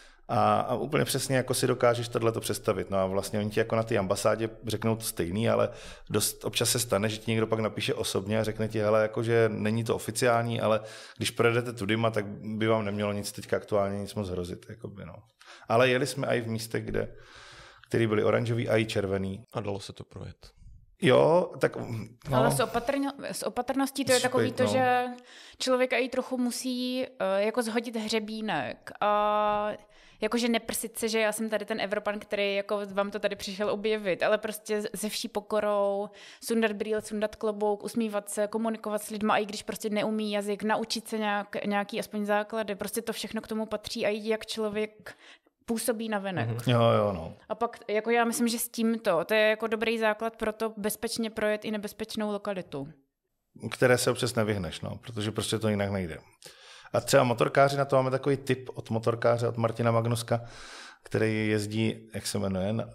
A, a úplně přesně jako si dokážeš tohleto představit. No a vlastně oni ti jako na té ambasádě řeknou to stejný, ale dost občas se stane, že ti někdo pak napíše osobně a řekne ti, hele, jakože není to oficiální, ale když projedete tudyma, tak by vám nemělo nic teďka aktuálně nic moc hrozit. Jakoby, no. Ale jeli jsme i v místech, kde, který byly oranžový a i červený. A dalo se to projet. Jo, tak... No. Ale s, opatrno, s opatrností to je takový to, no. že člověk i trochu musí uh, jako zhodit hřebínek a jakože neprsit se, že já jsem tady ten Evropan, který jako vám to tady přišel objevit, ale prostě se vší pokorou sundat brýle, sundat klobouk, usmívat se, komunikovat s lidma, a i když prostě neumí jazyk, naučit se nějak, nějaký aspoň základy, prostě to všechno k tomu patří a i jak člověk působí navenek. Mm-hmm. Jo, jo, no. A pak jako já myslím, že s tímto, to je jako dobrý základ pro to bezpečně projet i nebezpečnou lokalitu. Které se občas nevyhneš, no, protože prostě to jinak nejde. A třeba motorkáři, na to máme takový tip od motorkáře, od Martina Magnuska, který jezdí, jak se jmenuje? Na...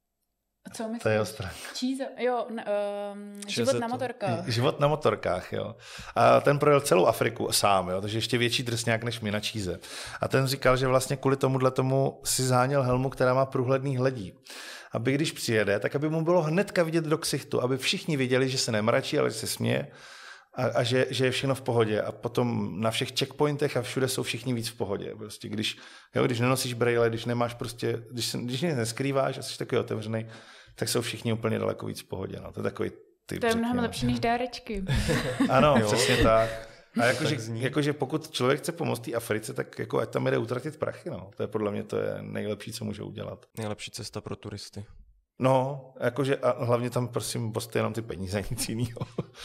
Co myslíš? To je ostrá. Číza, jo, n- um, život na motorkách. Život na motorkách, jo. A ten projel celou Afriku sám, jo, takže ještě větší drsňák než my na Číze. A ten říkal, že vlastně kvůli tomuhle tomu si záněl helmu, která má průhledný hledí. Aby když přijede, tak aby mu bylo hnedka vidět do ksichtu, aby všichni viděli, že se nemračí, ale že se směje. a, a že, že je všechno v pohodě a potom na všech checkpointech a všude jsou všichni víc v pohodě. Prostě když, jo, když nenosíš brejle, když nemáš prostě, když, se, když nic neskrýváš a jsi takový otevřený, tak jsou všichni úplně daleko víc v pohodě. No. To je takový typ. To je řekněme. mnohem lepší než dárečky. Ano, přesně tak. A jakože, jakože pokud člověk chce pomoct té Africe, tak jako ať tam jde utratit prachy. No. To je podle mě to je nejlepší, co může udělat. Nejlepší cesta pro turisty. No, jakože a hlavně tam prosím poste jenom ty peníze, nic jiného.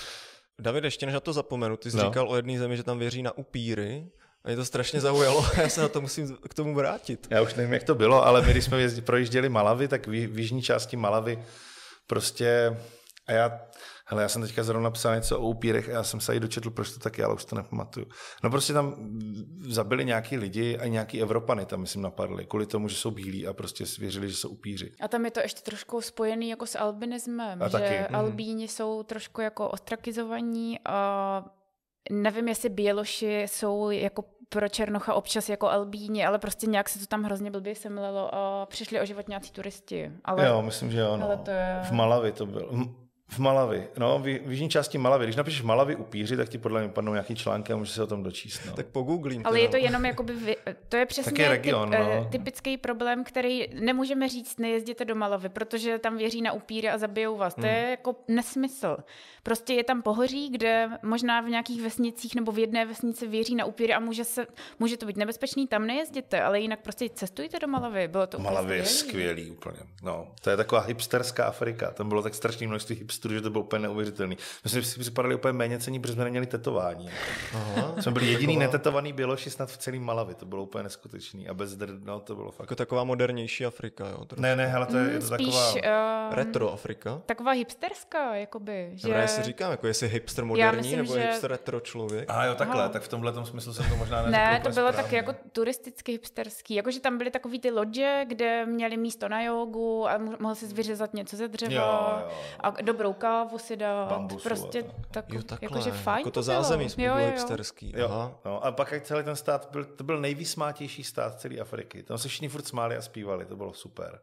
David, ještě než na to zapomenu, ty jsi no. říkal o jedné zemi, že tam věří na upíry. A mě to strašně zaujalo a já se na to musím k tomu vrátit. Já už nevím, jak to bylo, ale my, když jsme jezdili, projížděli Malawi, tak v, v jižní části Malawi prostě... A já, hele, já jsem teďka zrovna napsal něco o upírech a já jsem se i dočetl, proč to taky, ale už to nepamatuju. No prostě tam zabili nějaký lidi a nějaký Evropany tam, myslím, napadli, kvůli tomu, že jsou bílí a prostě věřili, že jsou upíři. A tam je to ještě trošku spojený jako s albinismem, a že taky. albíni jsou trošku jako ostrakizovaní a nevím, jestli Běloši jsou jako pro Černocha občas jako albíni, ale prostě nějak se to tam hrozně blbě semlelo a přišli o život nějací turisti. Ale, jo, myslím, že jo. No. to je... V Malawi to bylo. V Malawi, no, v, v jižní části Malawi. Když napíšeš Malawi upíři, tak ti podle mě padnou nějaký články a můžeš se o tom dočíst. No. Tak pogooglím. Ale je to jenom jakoby, vy, to je přesně region, typ, no. typický problém, který nemůžeme říct, nejezděte do Malawi, protože tam věří na upíry a zabijou vás. Hmm. To je jako nesmysl. Prostě je tam pohoří, kde možná v nějakých vesnicích nebo v jedné vesnici věří na upíry a může, se, může to být nebezpečný, tam nejezděte, ale jinak prostě cestujte do Malawi. Bylo to Malawi je skvělý úplně. No, to je taková hipsterská Afrika. Tam bylo tak strašné množství hipsterů, že to bylo úplně neuvěřitelný. My jsme si připadali úplně méněcenní, protože jsme neměli tetování. Aha, jsme byli jediný taková... netetovaný Běloši snad v celém Malawi. To bylo úplně neskutečný. A bez drd, no, to bylo fakt. Jako taková modernější Afrika, jo? Trošku. Ne, ne, hele, to je, mm, je to spíš, taková... Uh, retro Afrika? Taková hipsterská, jakoby. Že... Já si říkám, jako jestli hipster moderní, myslím, nebo že... hipster retro člověk. A jo, takhle, Aha. tak v tomhletom smyslu jsem to možná neřekl. Ne, to bylo správně. taky jako turisticky hipsterský. Jakože tam byly takový ty lodže, kde měli místo na jogu a mohl si vyřezat něco ze dřeva Jo, jo. a dobrou kávu si dát. Bambusu Prostě tak, Jo, takhle, jakože fajn jako to bylo. zázemí spíš Jo, bylo jo, jo. hipsterský. Jo, Aha. no, a pak jak celý ten stát, byl, to byl nejvysmátější stát celé Afriky. Tam se všichni furt smáli a zpívali, to bylo super.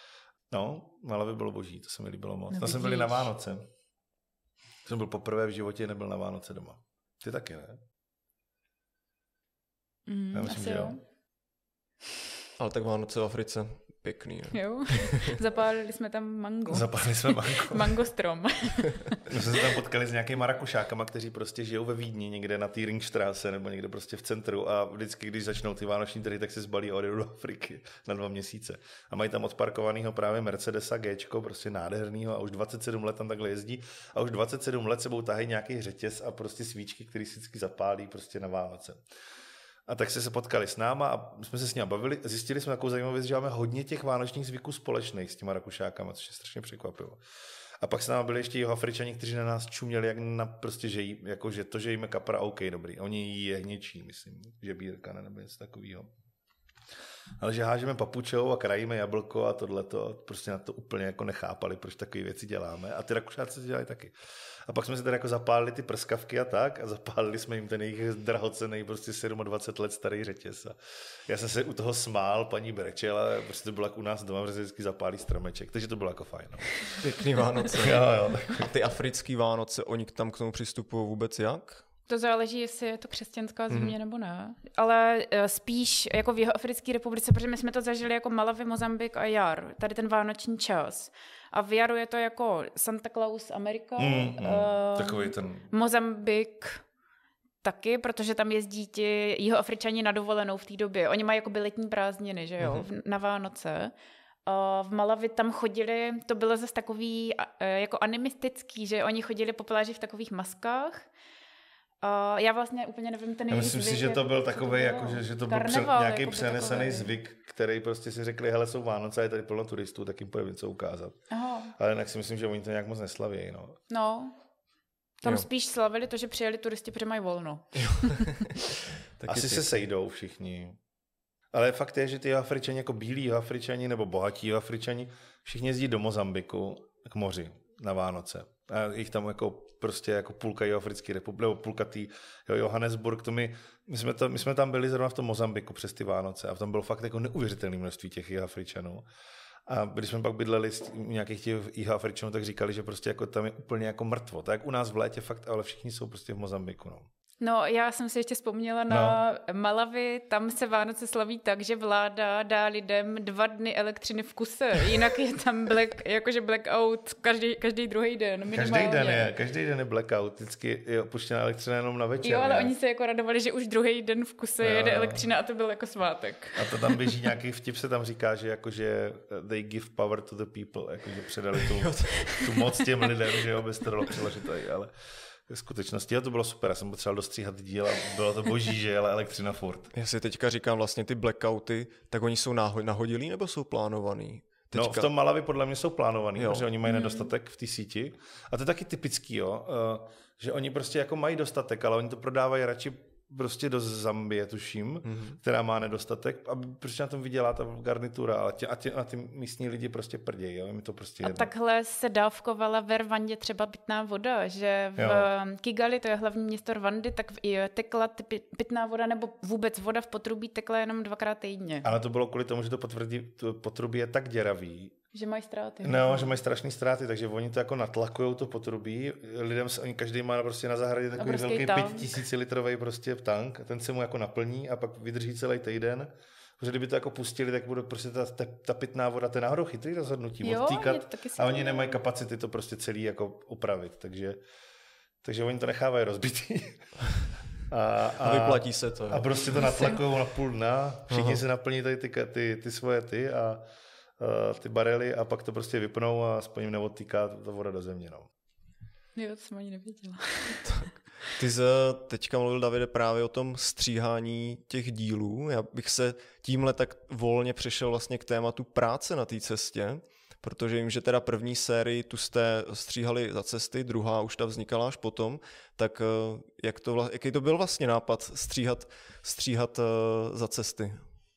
No, Malawi bylo boží, to se mi líbilo moc. No, Tam jsme byli na Vánoce. Jsem byl poprvé v životě, nebyl na Vánoce doma. Ty taky, ne? Mm, Já myslím, asi že jo. jo. Ale tak Vánoce v Africe, pěkný. Ne? Jo, zapálili jsme tam mango. Zapálili jsme mango. Mango strom. My jsme se tam potkali s nějakými Rakušákama, kteří prostě žijou ve Vídni, někde na té Ringstraße nebo někde prostě v centru a vždycky, když začnou ty vánoční trhy, tak se zbalí a odjedou do Afriky na dva měsíce. A mají tam odparkovanýho právě Mercedesa Gčko, prostě nádhernýho a už dvacet sedm let tam takhle jezdí a už dvacet sedm let sebou tahají nějaký řetěz a prostě svíčky, které si vždycky zapálí prostě na Vánoce. A tak se se potkali s náma a jsme se s nimi bavili. Zjistili jsme takovou zajímavou věc, že máme hodně těch vánočních zvyků společných s těma Rakušákama, což je strašně překvapilo. A pak se nám byli ještě Jihoafričani, kteří na nás čuměli, jak na prostě, že, jí, jako, že to, že jíme kapra, OK, dobrý. Oni jí jehněčí, myslím, že bírka nebo něco takového. Ale že hážeme papučou a krajíme jablko a tohleto, prostě na to úplně jako nechápali, proč takové věci děláme. A ty Rakušáci to dělají taky. A pak jsme si tady jako zapálili ty prskavky a tak a zapálili jsme jim ten jejich drahocený prostě dvacet sedm let starý řetěz. A já jsem se u toho smál, paní brečela, prostě to bylo jak u nás doma, protože se vždycky zapálí stromeček, takže to bylo jako fajn. No. Pěkný Vánoce. jo, jo. A ty africký Vánoce, oni tam k tomu přistupují vůbec jak? To záleží, jestli je to křesťanská země mm. nebo ne. Ale spíš jako v Jihoafrické republice, protože my jsme to zažili jako Malawi, Mozambik a jar, tady ten vánoční čas. A v jaru je to jako Santa Claus Amerika, Mm, mm. Uh, Takový ten... Mozambik taky, protože tam jezdí ti Jihoafričani na dovolenou v té době. Oni mají jakoby letní prázdniny, že jo, mm. na Vánoce. Uh, v Malawi tam chodili, to bylo zase takový uh, jako animistický, že oni chodili po pláži v takových maskách. Uh, já vlastně úplně nevím ten jejich zvyk. Myslím si, že to byl takový, jako, že, že to byl Karneval, pře- nějaký jako přenesený takový zvyk, který prostě si řekli, hele, jsou Vánoce a je tady plno turistů, tak jim půjde něco ukázat. Aha. Ale jinak si myslím, že oni to nějak moc neslaví. No, no. Tam jo. spíš slavili to, že přijeli turisti, protože mají volno. Asi ty. Se sejdou všichni. Ale fakt je, že ty Afričani jako bílí Afričani nebo bohatí Afričani všichni jezdí do Mozambiku k moři na Vánoce. A jich tam jako prostě jako půlka Jihoafrické republiky, nebo půlka tý jo, Johannesburg, to my, my, jsme to, my jsme tam byli zrovna v tom Mozambiku přes ty Vánoce a tam bylo fakt jako neuvěřitelné množství těch Jihoafričanů. A když jsme pak bydleli s nějakých těch Jiho Afričanů, tak říkali, že prostě jako tam je úplně jako mrtvo. Tak jak u nás v létě fakt, ale všichni jsou prostě v Mozambiku. No. No, já jsem si ještě vzpomněla na no. Malawi, tam se Vánoce slaví tak, že vláda dá lidem dva dny elektřiny v kuse, jinak je tam black, jakože blackout každý, každý druhý den minimálně. Každý den je, každý den je blackout, vždycky je opuštěná elektřina jenom na večer. Jo, ale ne? Oni se jako radovali, že už druhý den v kuse jo, jede elektřina a to byl jako svátek. A to tam běží nějaký vtip, se tam říká, že jakože they give power to the people, jakože předali tu, tu moc těm lidem, že jo, bez to dalo přeložit tady, ale v skutečnosti jo, to bylo super, já jsem potřeboval dostříhat díl a bylo to boží, že ale elektřina furt. Já si teďka říkám vlastně ty blackouty, tak oni jsou nahodilí nebo jsou plánovaný? Teďka... No v tom Malawi podle mě jsou plánovaný, jo. Protože oni mají mm. nedostatek v té síti a to je taky typický, jo, že oni prostě jako mají dostatek, ale oni to prodávají radši prostě do Zambie, tuším, mm-hmm. která má nedostatek, aby prostě na tom vydělá ta garnitura, ale tě, a, tě, a ty místní lidi prostě prdějí, jo, mi to prostě A jedno. takhle se dávkovala ve Rwandě třeba pitná voda, že v jo. Kigali, to je hlavní město Rwandy, tak i tekla pitná voda nebo vůbec voda v potrubí tekla jenom dvakrát týdně. Ale to bylo kvůli tomu, že to, potvrdí, to potrubí je tak děravý, že mají ztráty. No, že mají strašné ztráty, takže oni to jako natlakujou to potrubí. Lidem se, oni každý má prostě na zahradě takový velký pětitisícilitrový prostě tank, ten se mu jako naplní a pak vydrží celý týden. Protože kdyby to jako pustili, tak bude prostě ta, ta, ta pitná voda, to je náhodou chytrý rozhodnutí, jo, odtýkat a oni nemají kapacity to prostě celý jako upravit, takže, takže oni to nechávají rozbitý. A, a, a vyplatí se to. A prostě to natlakujou na půl dna, všichni se naplní tady ty, ty, ty svoje ty a ty barely a pak to prostě vypnou a aspoň jim neodtýká ta voda do země. No. Jo, to jsem ani nevěděla. Ty jsi teďka mluvil, Davide, právě o tom stříhání těch dílů. Já bych se tímhle tak volně přešel vlastně k tématu práce na té cestě, protože vím, že teda první sérii tu jste stříhali za cesty, druhá už ta vznikala až potom, tak jak to, jaký to byl vlastně nápad stříhat, stříhat za cesty?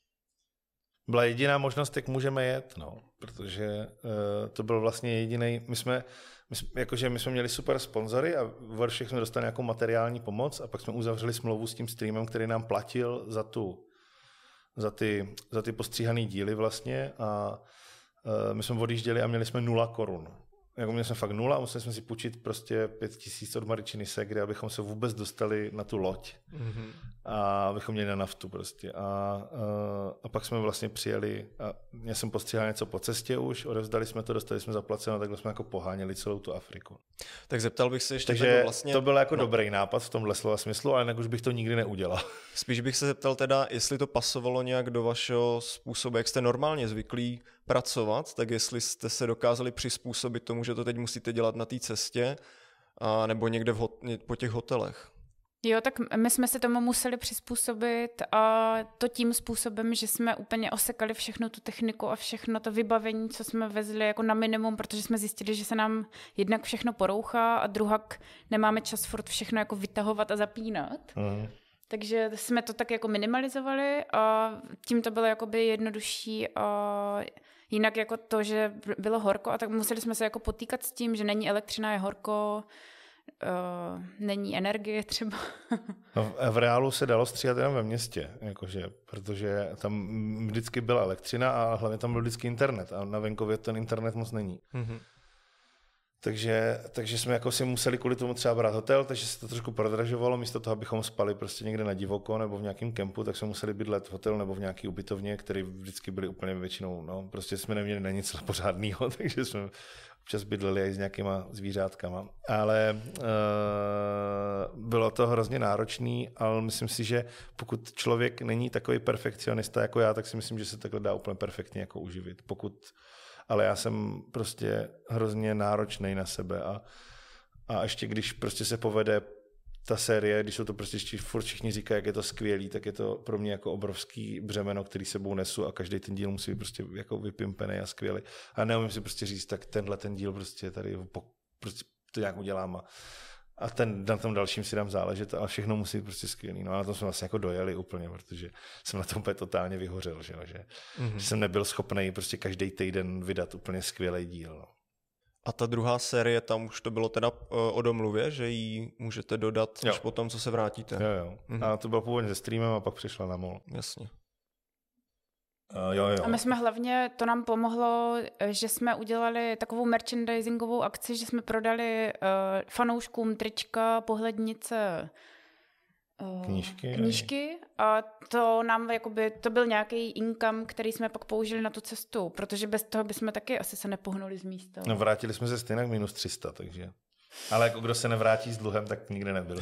Byla jediná možnost, jak můžeme jet, no, protože uh, to byl vlastně jediný. My jsme, my jsme, jakože my jsme měli super sponzory a ve všech jsme dostali nějakou materiální pomoc a pak jsme uzavřeli smlouvu s tím streamem, který nám platil za tu, za ty, za ty postříhaný díly vlastně a uh, my jsme odjížděli a měli jsme nula korun. Jako měli jsme fakt nula a museli jsme si půjčit prostě pět tisíc od Maričiny Segry, abychom se vůbec dostali na tu loď. Mm-hmm. A abychom měli na naftu prostě. A, a, a pak jsme vlastně přijeli a já jsem postříhal něco po cestě už, odevzdali jsme to, dostali jsme zaplaceno, takhle jsme jako poháněli celou tu Afriku. Tak zeptal bych se ještě Takže vlastně... to byl jako no. dobrý nápad v tomhle slova smyslu, ale jinak už bych to nikdy neudělal. Spíš bych se zeptal teda, jestli to pasovalo nějak do vašeho způsobu, jak jste normálně zvyklí pracovat, tak jestli jste se dokázali přizpůsobit tomu, že to teď musíte dělat na té cestě, a nebo někde v hot- po těch hotelech. Jo, tak my jsme se tomu museli přizpůsobit a to tím způsobem, že jsme úplně osekali všechnu tu techniku a všechno to vybavení, co jsme vezli jako na minimum, protože jsme zjistili, že se nám jednak všechno porouchá a druhak nemáme čas furt všechno jako vytahovat a zapínat. Mm. Takže jsme to tak jako minimalizovali a tím to bylo jakoby jednodušší a jinak jako to, že bylo horko a tak museli jsme se jako potýkat s tím, že není elektřina, je horko, Uh, není energie třeba. No, v reálu se dalo stříhat jenom ve městě, jakože, protože tam vždycky byla elektřina a hlavně tam byl vždycky internet a na venkově ten internet moc není. Mm-hmm. Takže, takže jsme jako si museli kvůli tomu třeba brát hotel, takže se to trošku prodražovalo, místo toho, abychom spali prostě někde na divoko nebo v nějakém kempu, tak jsme museli bydlet v hotelu nebo v nějaký ubytovně, které vždycky byly úplně většinou, no, prostě jsme neměli na nic pořádného, takže jsme občas bydleli i s nějakýma zvířátkama. Ale uh, bylo to hrozně náročný, ale myslím si, že pokud člověk není takový perfekcionista jako já, tak si myslím, že se takhle dá úplně perfektně jako uživit. Pokud, ale já jsem prostě hrozně náročný na sebe a, a ještě když prostě se povede ta série, když jsou to prostě furt všichni říkají, jak je to skvělý, tak je to pro mě jako obrovský břemeno, který sebou nesu a každý ten díl musí být prostě jako vypimpený a skvělý. A neumím si prostě říct, tak tenhle ten díl prostě tady prostě to nějak udělám a, a ten, na tom dalším si dám záležet, ale všechno musí být prostě skvělý. No a na tom jsme vlastně jako dojeli úplně, protože jsem na tom úplně totálně vyhořel, že, že, mm-hmm. že jsem nebyl schopný prostě každý týden vydat úplně skvělý díl. No. A ta druhá série, tam už to bylo teda o domluvě, že ji můžete dodat až po tom, co se vrátíte. Jo, jo. Mhm. A to bylo původně se streamem a pak přišla na mol. Jasně. Uh, jo, jo. A my jsme hlavně, to nám pomohlo, že jsme udělali takovou merchandisingovou akci, že jsme prodali uh, fanouškům trička, pohlednice, uh, knížky, knížky a to nám jakoby, to byl nějaký income, který jsme pak použili na tu cestu, protože bez toho bychom taky asi se nepohnuli z místa. No vrátili jsme se stejně minus tři sta, takže... Ale jako kdo se nevrátí s dluhem, tak nikdy nebyl.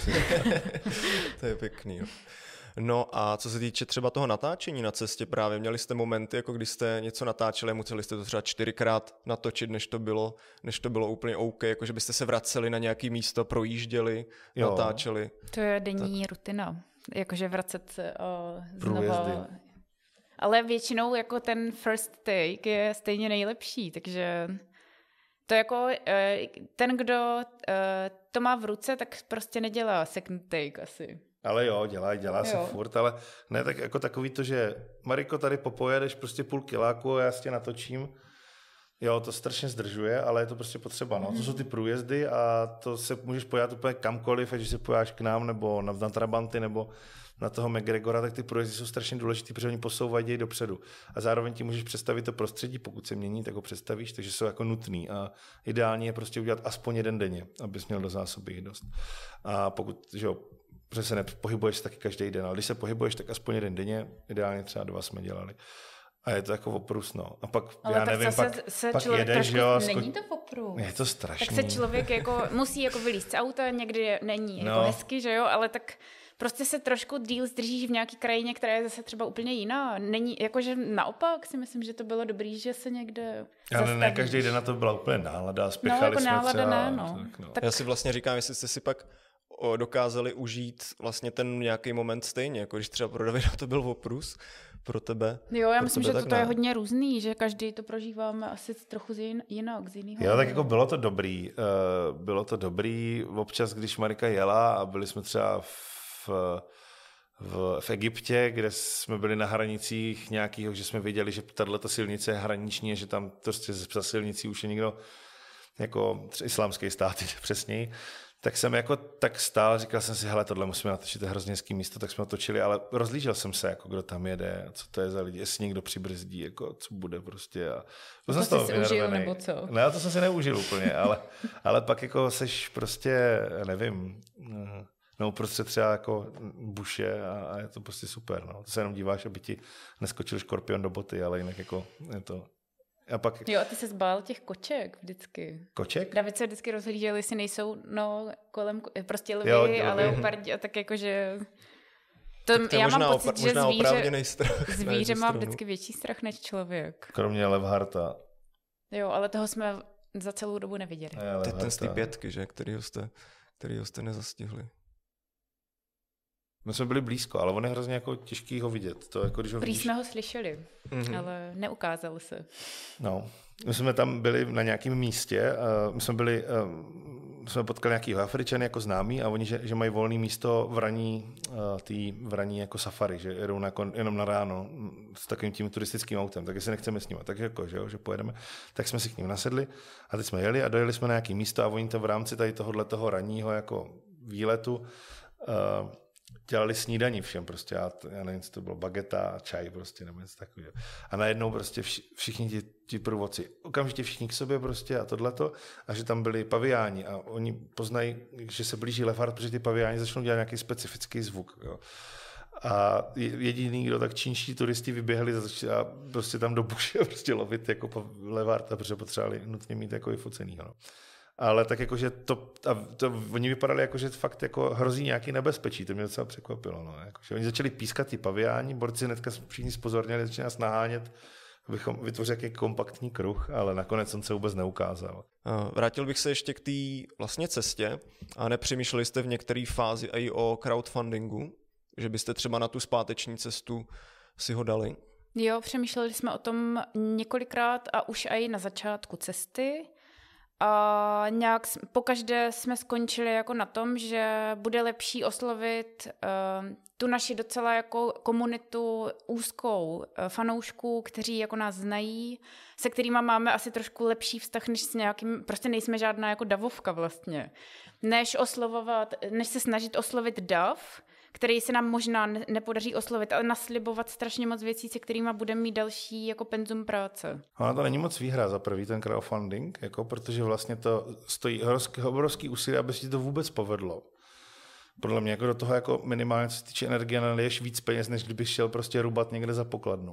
To je pěkný. Jo. No a co se týče třeba toho natáčení na cestě právě, měli jste momenty, jako když jste něco natáčeli, museli jste to třeba čtyřikrát natočit, než to bylo, než to bylo úplně OK, jako že byste se vraceli na nějaké místo, projížděli, jo. natáčeli. To je denní tak. rutina, jakože vracet se uh, znova. Průjezdy. Ale většinou jako ten first take je stejně nejlepší, takže to jako ten, kdo to má v ruce, tak prostě nedělá second take asi. Ale jo, dělá, dělá jo. se furt, ale ne tak jako takový to, že Mariko, tady popojedeš prostě půl kiláku a já si tě natočím. Jo, to strašně zdržuje, ale je to prostě potřeba. No. To jsou ty průjezdy a to se můžeš pojat úplně kamkoliv, ať se pojáš k nám nebo na, na Trabanty nebo na toho McGregora, tak ty průjezdy jsou strašně důležitý, protože oni posouvají děj dopředu. A zároveň ti můžeš představit to prostředí, pokud se mění, tak ho představíš, takže jsou jako nutný. A ideální je prostě udělat aspoň jeden denně, abys měl do zásoby jich dost. A pokud, že jo, protože se nepohybuješ taky každý den, ale když se pohybuješ, tak aspoň jeden denně, ideálně třeba dva jsme dělali. A je to jako oprus, no. A pak, ale já nevím, pak, se, se pak jedeš, trošku, jo. Není to oprus. Je to strašný. Tak se člověk jako musí jako vylízt z auta, někdy není no. jako hezky, že jo, ale tak prostě se trošku díl zdržíš v nějaký krajině, která je zase třeba úplně jiná. Není, jakože naopak si myslím, že to bylo dobrý, že se někde ale zastavíš. Ne každý den na to byla úplně nálada, spěchali no, jako jsme nálada třeba. Ne, no. Tak, no. Tak... Já si vlastně říkám, jestli jste si pak dokázali užít vlastně ten nějaký moment stejně, jako když třeba pro Davida to byl oprus, pro tebe. Jo, já myslím, že to ne. je hodně různý, že každý to prožíváme asi trochu jinak, z jiného. Jo, tak jako bylo to dobrý. Bylo to dobrý občas, když Marika jela a byli jsme třeba v, v, v Egyptě, kde jsme byli na hranicích nějakého, že jsme viděli, že tato silnice je hraniční, že tam prostě za silnicí už je někdo jako islámský stát, přesněji. Tak jsem jako tak stál, říkal jsem si, hele, tohle musíme natočit, to je hrozně hezký místo, tak jsme točili, ale rozlížel jsem se, jako kdo tam jede, co to je za lidi, jestli někdo přibrzdí, jako co bude prostě. A to jsem to si užil, nebo co? Ne, to jsem si neužil úplně, ale, ale pak jako seš prostě, nevím, no uprostřed třeba jako buše a, a je to prostě super, no. To se jenom díváš, aby ti neskočil škorpion do boty, ale jinak jako je to... A pak... Jo, a ty se zbál těch koček vždycky. Koček? David se vždycky rozhlížel, jestli nejsou no, kolem prostě lvy a leopardi a tak jakože... To, tak to já mám možná pocit, opra- že zvíře, strach zvíře má vždycky větší strach než člověk. Kromě Levharta. Jo, ale toho jsme za celou dobu neviděli. To je ten z té pětky, že? Kterýho jste, kterýho jste nezastihli. My jsme byli blízko, ale on je hrozně jako těžký ho vidět. To jako, když ho Prý vidíš... jsme ho slyšeli, mm-hmm. ale neukázal se. No, my jsme tam byli na nějakém místě, uh, my jsme byli, uh, jsme potkali nějakýho Afričany jako známí a oni, že, že mají volné místo v raní, uh, tý, v raní jako safari, že jedou na, jenom na ráno s takovým tím turistickým autem, tak jestli nechceme s nimi, tak jako, že, jo, že pojedeme, tak jsme si k ním nasedli a teď jsme jeli a dojeli jsme na nějaké místo a oni to v rámci tady tohohletoho ranního jako výletu uh, dělali snídaní všem prostě, já, já nevím, co to bylo, bageta, čaj prostě, nebo něco takového. A najednou prostě vši, všichni ti, ti průvodci, okamžitě všichni k sobě prostě a tohleto, a že tam byli paviáni a oni poznají, že se blíží levhart, protože ty paviáni začnou dělat nějaký specifický zvuk. Jo. A jediný, kdo tak čínští turisti vyběhli a prostě tam do buše prostě lovit jako levharta, protože potřebovali nutně mít jako vyfocenýho. No. Ale tak jakože to, a to, oni vypadali jako, že fakt jako hrozí nějaký nebezpečí, to mě docela překvapilo. No. Jakože oni začali pískat ty paviáni, borci hnedka všichni spozorněli, začali nás nahánět, abychom vytvořili jaký kompaktní kruh, ale nakonec on se vůbec neukázal. Vrátil bych se ještě k té vlastně cestě a nepřemýšleli jste v některé fázi i o crowdfundingu, že byste třeba na tu zpáteční cestu si ho dali? Jo, přemýšleli jsme o tom několikrát a už i na začátku cesty. A nějak pokaždé jsme skončili jako na tom, že bude lepší oslovit uh, tu naši docela jako komunitu úzkou uh, fanoušků, kteří jako nás znají, se kterými máme asi trošku lepší vztah, než s nějakým, prostě nejsme žádná jako davovka vlastně, než oslovovat, než se snažit oslovit dav, který se nám možná nepodaří oslovit, ale naslibovat strašně moc věcí, se kterými budeme mít další jako penzum práce. Ono to není moc výhra za prvý, ten crowdfunding, jako, protože vlastně to stojí obrovský úsilí, aby si to vůbec povedlo. Podle mě jako do toho jako minimálně, co se týče energie, naliješ víc peněz, než kdybych šel prostě rubat někde za pokladnu.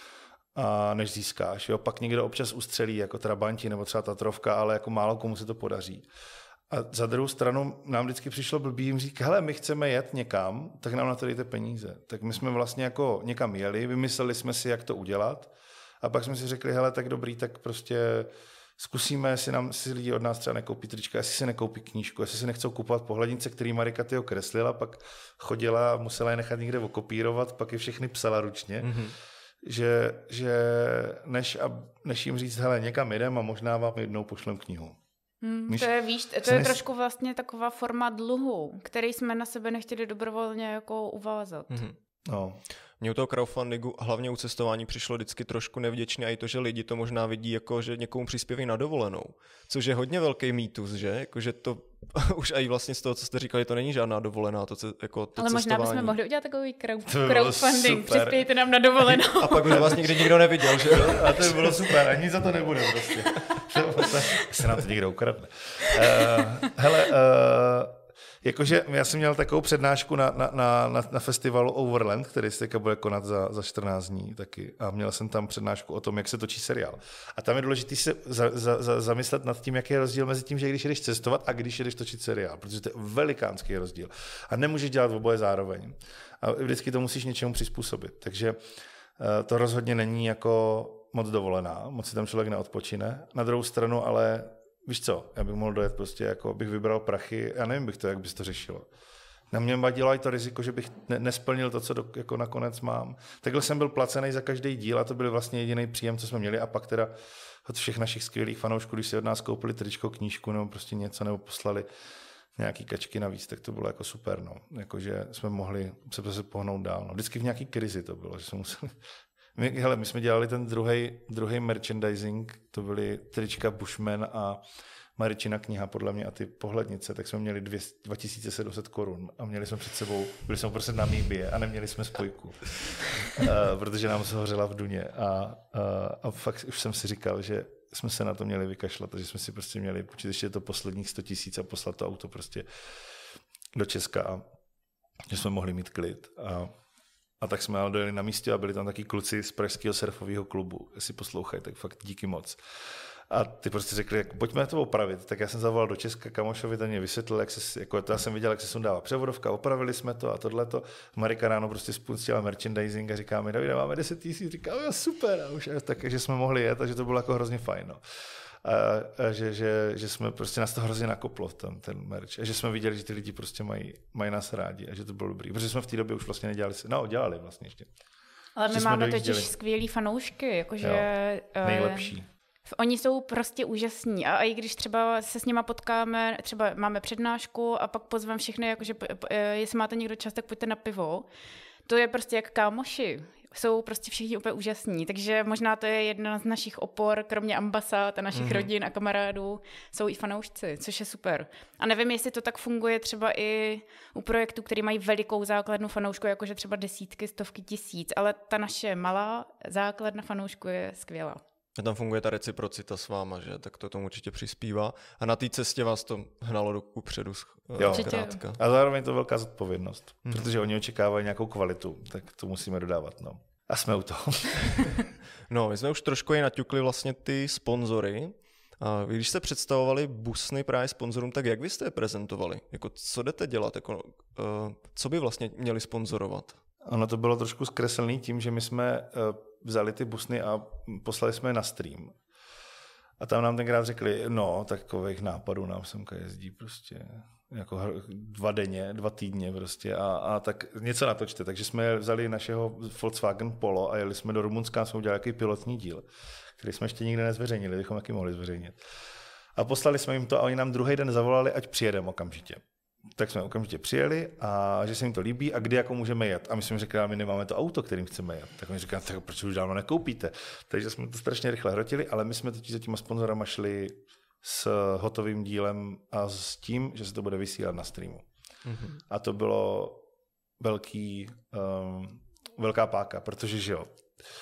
A než získáš. Jo? Pak někdo občas ustřelí, jako Trabanti nebo třeba Tatrovka, ale jako málo komu se to podaří. A za druhou stranu nám vždycky přišlo blbý jim říct, hele, my chceme jet někam, tak nám na to dejte peníze. Tak my jsme vlastně jako někam jeli, vymysleli jsme si, jak to udělat a pak jsme si řekli, hele, tak dobrý, tak prostě zkusíme, jestli nám si lidi od nás třeba nekoupí trička, jestli si nekoupí knížku, jestli si nechcou kupovat pohlednice, který Marika Tyho kreslila, pak chodila a musela je nechat někde okopírovat, pak je všechny psala ručně. Mm-hmm. Že, že než, a, než jim říct, hele, někam jdem a možná vám jednou pošlem knihu. Hmm, Míš, to je, víš, to je nes... trošku vlastně taková forma dluhu, který jsme na sebe nechtěli dobrovolně jako uvázat. Mm-hmm. No. Mně u toho crowdfundingu, hlavně u cestování, přišlo vždycky trošku nevděčné a i to, že lidi to možná vidí jako, že někomu přispěví na dovolenou. Což je hodně velký mýtus, že? Jako, že to už i vlastně z toho, co jste říkali, to není žádná dovolená. To, jako, to ale cestování. Možná bychom mohli udělat takový crowd, crowdfunding. Přispějte nám na dovolenou. A pak už vás nikdy nikdo neviděl, že? A to by bylo super. Ani za to nebude prostě. Se nám to někdo ukradne. Uh, hele, uh, jakože já jsem měl takovou přednášku na, na, na, na festivalu Overland, který se teďka bude konat za, za čtrnáct dní taky. A měl jsem tam přednášku o tom, jak se točí seriál. A tam je důležité se za, za, za, zamyslet nad tím, jaký je rozdíl mezi tím, že když jdeš cestovat a když jdeš točit seriál. Protože to je velikánský rozdíl. A nemůžeš dělat oboje zároveň. A vždycky to musíš něčemu přizpůsobit. Takže uh, to rozhodně není jako moc dovolená. Moc si tam člověk neodpočine. Na druhou stranu ale víš co, já bych mohl dojet prostě, jako bych vybral prachy, já nevím bych to, jak bys to řešilo. Na mě vadilo i to riziko, že bych ne- nesplnil to, co do, jako nakonec mám. Takhle jsem byl placený za každý díl a to byl vlastně jediný příjem, co jsme měli a pak teda od všech našich skvělých fanoušků, když si od nás koupili tričko, knížku nebo prostě něco, nebo poslali nějaký kačky navíc, tak to bylo jako super, no. Jakože jsme mohli se prostě pohnout dál. No. Vždycky v nějaký krizi to bylo, že jsme museli... My, hele, my jsme dělali ten druhý merchandising, to byly trička Bushman a Maričina kniha podle mě a ty pohlednice, tak jsme měli dva tisíce sedm set korun a měli jsme před sebou, byli jsme prostě na Namíbie a neměli jsme spojku, uh, protože nám se hořela v Duně a, uh, a fakt už jsem si říkal, že jsme se na to měli vykašlat, takže jsme si prostě měli počít ještě to posledních sto tisíc a poslat to auto prostě do Česka a že jsme mohli mít klid a A tak jsme ale dojeli na místě a byli tam taky kluci z pražského surfového klubu. Jestli poslouchají, tak fakt díky moc. A ty prostě řekli, jak, pojďme to opravit. Tak já jsem zavolal do Česka kamošovi, ten mě vysvětlil, jak se, jako to já jsem viděl, jak se sundává převodovka, opravili jsme to a tohleto. Marika ráno prostě spustila merchandising a říká mi, Davide, máme deset tisíc, říkám, jo, super. A už tak, že jsme mohli jet a že to bylo jako hrozně fajn. No. A, a že, že, že jsme prostě nás to hrozně nakoplo tam, ten merch. A že jsme viděli, že ty lidi prostě mají, mají nás rádi a že to bylo dobrý. Protože jsme v té době už vlastně nedělali, no dělali vlastně ještě. Ale my máme totiž skvělý fanoušky, jakože... Jo, nejlepší. Uh, oni jsou prostě úžasní a i když třeba se s nima potkáme, třeba máme přednášku a pak pozvem všechny, jakože jestli máte někdo čas, tak pojďte na pivo. To je prostě jak kámoši. Jsou prostě všichni úplně úžasní, takže možná to je jedna z našich opor, kromě ambasád a našich mm-hmm. rodin a kamarádů, jsou i fanoušci, což je super. A nevím, jestli to tak funguje třeba i u projektů, který mají velikou základnu fanoušku, jakože třeba desítky, stovky tisíc, ale ta naše malá základna fanoušku je skvělá. A tam funguje ta reciprocita s váma, že? Tak to tomu určitě přispívá. A na té cestě vás to hnalo do kupředu zkrátka. A zároveň je to velká zodpovědnost, hmm. protože oni očekávají nějakou kvalitu, tak to musíme dodávat. No. A jsme u toho. No, my jsme už trošku i naťukli vlastně ty sponzory. A vy, když jste představovali busny právě sponzorům, tak jak vy jste je prezentovali? Jako, co jdete dělat? Jako, uh, co by vlastně měli sponzorovat? Ono to bylo trošku zkreslený tím, že my jsme uh, vzali ty busny a poslali jsme je na stream. A tam nám tenkrát řekli, no, takových nápadů nám semka jezdí prostě jako dva denně, dva týdně prostě a, a tak něco natočte. Takže jsme vzali našeho Volkswagen Polo a jeli jsme do Rumunska a jsme udělali jaký pilotní díl, který jsme ještě nikdy nezveřejnili, bychom taky mohli zveřejnit. A poslali jsme jim to a oni nám druhý den zavolali, ať přijedeme okamžitě. Tak jsme okamžitě přijeli a že se jim to líbí a kdy jako můžeme jet. A my jsme řekli, my nemáme to auto, kterým chceme jet. Tak oni říkali, tak proč už dávno nekoupíte? Takže jsme to strašně rychle hrotili, ale my jsme totiž za těma sponzorama šli s hotovým dílem a s tím, že se to bude vysílat na streamu. Mm-hmm. A to bylo velký, um, velká páka, protože že jo,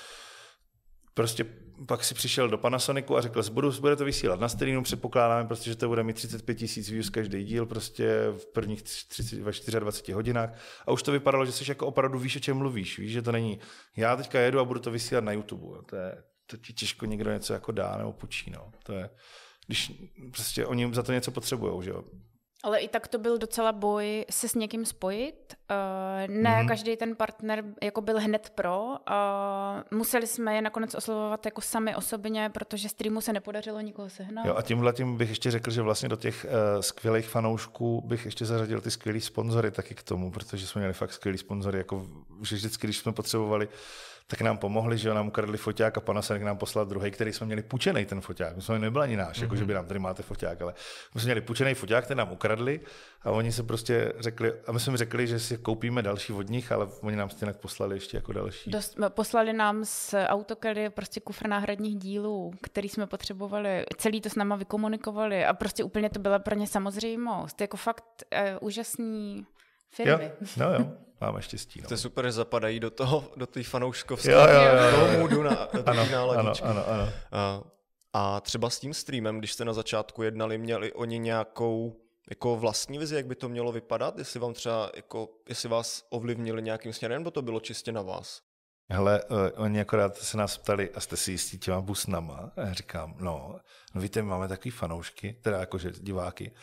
prostě pak si přišel do Panasonicu a řekl, budu, bude to vysílat na streamu, předpokládáme, prostě, že to bude mít třicet pět tisíc views každý díl prostě v prvních třicet, dvacet čtyři hodinách a už to vypadalo, že jsi jako opravdu víš, o čem mluvíš, víš, že to není, já teďka jedu a budu to vysílat na YouTube, to je, to ti těžko někdo něco jako dá nebo půjčí, no, to je, když prostě oni za to něco potřebujou, že jo. Ale i tak to byl docela boj se s někým spojit. Uh, ne mm-hmm. každý ten partner jako byl hned pro. Uh, museli jsme je nakonec oslovovat jako sami osobně, protože streamu se nepodařilo nikoho sehnat. Jo, a tímhle tím bych ještě řekl, že vlastně do těch uh, skvělých fanoušků bych ještě zařadil ty skvělý sponzory taky k tomu, protože jsme měli fakt skvělý sponzory, jako že vždycky, když jsme potřebovali, tak nám pomohli, že nám ukradli foťák a Panasonic nám poslal druhý, který jsme měli půjčený ten foťák. My jsme nebyl ani náš, mm-hmm. jako že by nám tady máte foťák, ale my jsme měli půjčený foťák, ten nám ukradli a oni se prostě řekli, a my jsme mi řekli, že si koupíme další od nich, ale oni nám stejně poslali ještě jako další. Dost, poslali nám z AutoCADy prostě kufr náhradních dílů, který jsme potřebovali, celý to s náma vykomunikovali a prostě úplně to byla pro ně samozřejmost. Jako fakt uh, úžasný firmy. Jo, no jo. Máme štěstí. No. To je super, že zapadají do toho, do té fanouškovské moodu na náladičky. Ano, ano, ano. A, a třeba s tím streamem, když jste na začátku jednali, měli oni nějakou jako vlastní vizi, jak by to mělo vypadat? Jestli vám třeba, jako, jestli vás ovlivnili nějakým směrem, nebo to bylo čistě na vás? Hele, uh, oni akorát se nás ptali, a jste si jistí těma busnama? A já říkám, no, no víte, my máme takový fanoušky, teda jakože diváky,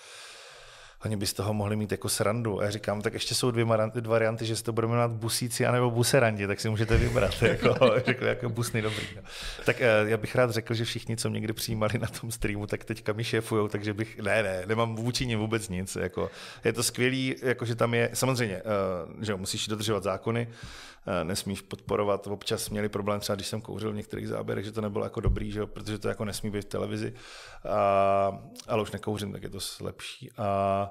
oni by z toho mohli mít jako srandu. A já říkám, tak ještě jsou dvě, dvě varianty, že si to budeme jmenovat busíci anebo buserandi, tak si můžete vybrat. Jako, řekl, jako busný dobrý. No. Tak já bych rád řekl, že všichni, co mě kdy přijímali na tom streamu, tak teďka mi šéfujou, takže bych, ne, ne, nemám vůči nim vůbec nic. Jako, je to skvělý, jako, že tam je, samozřejmě, že musíš dodržovat zákony, nesmíš podporovat, občas měli problém třeba, když jsem kouřil v některých záběrech, že to nebylo jako dobrý, že, protože to jako nesmí být v televizi, a, ale už nekouřím, tak je to lepší. A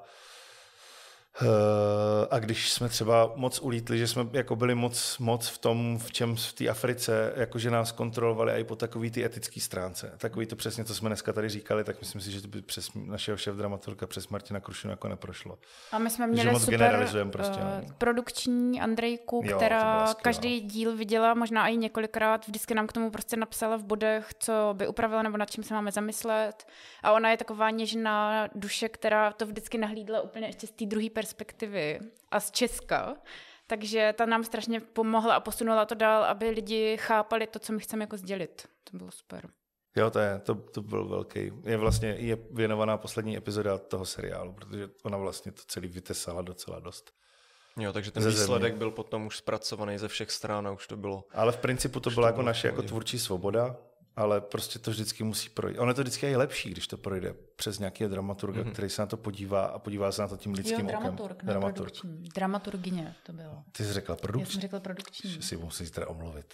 A když jsme třeba moc ulítli, že jsme jako byli moc, moc v tom, v čem v té Africe, jakože nás kontrolovali i po takový ty etický stránce. Takový to přesně, co jsme dneska tady říkali, tak myslím si, že to by přes našeho šéfdramaturga, přes Martina Krušinu jako neprošlo. A my jsme měli super prostě, uh, produkční Andrejku, jo, která každý díl viděla, možná i několikrát, vždycky nám k tomu prostě napsala v bodech, co by upravila nebo nad čím se máme zamyslet. A ona je taková něžná duše, která to vždycky nahlídla úplně ještě z té druhé perspektivy a z Česka. Takže ta nám strašně pomohla a posunula to dál, aby lidi chápali to, co my chceme jako sdělit. To bylo super. Jo, to, je, to, to byl velký. Je vlastně je věnovaná poslední epizoda toho seriálu, protože ona vlastně to celý vytesala docela dost. Jo, takže ten výsledek byl potom už zpracovaný ze všech stran a už to bylo... Ale v principu to byla jako naše jako tvůrčí svoboda, ale prostě to vždycky musí projít. Ono je to vždycky je lepší, když to projde přes nějakého dramaturga, mm-hmm. který se na to podívá a podívá se na to tím lidským jo, dramaturg, okem. Ne, dramaturg, dramaturgině to bylo. Ty jsi řekla produkční? Já jsem řekla produkční. Že si musíš teda omluvit.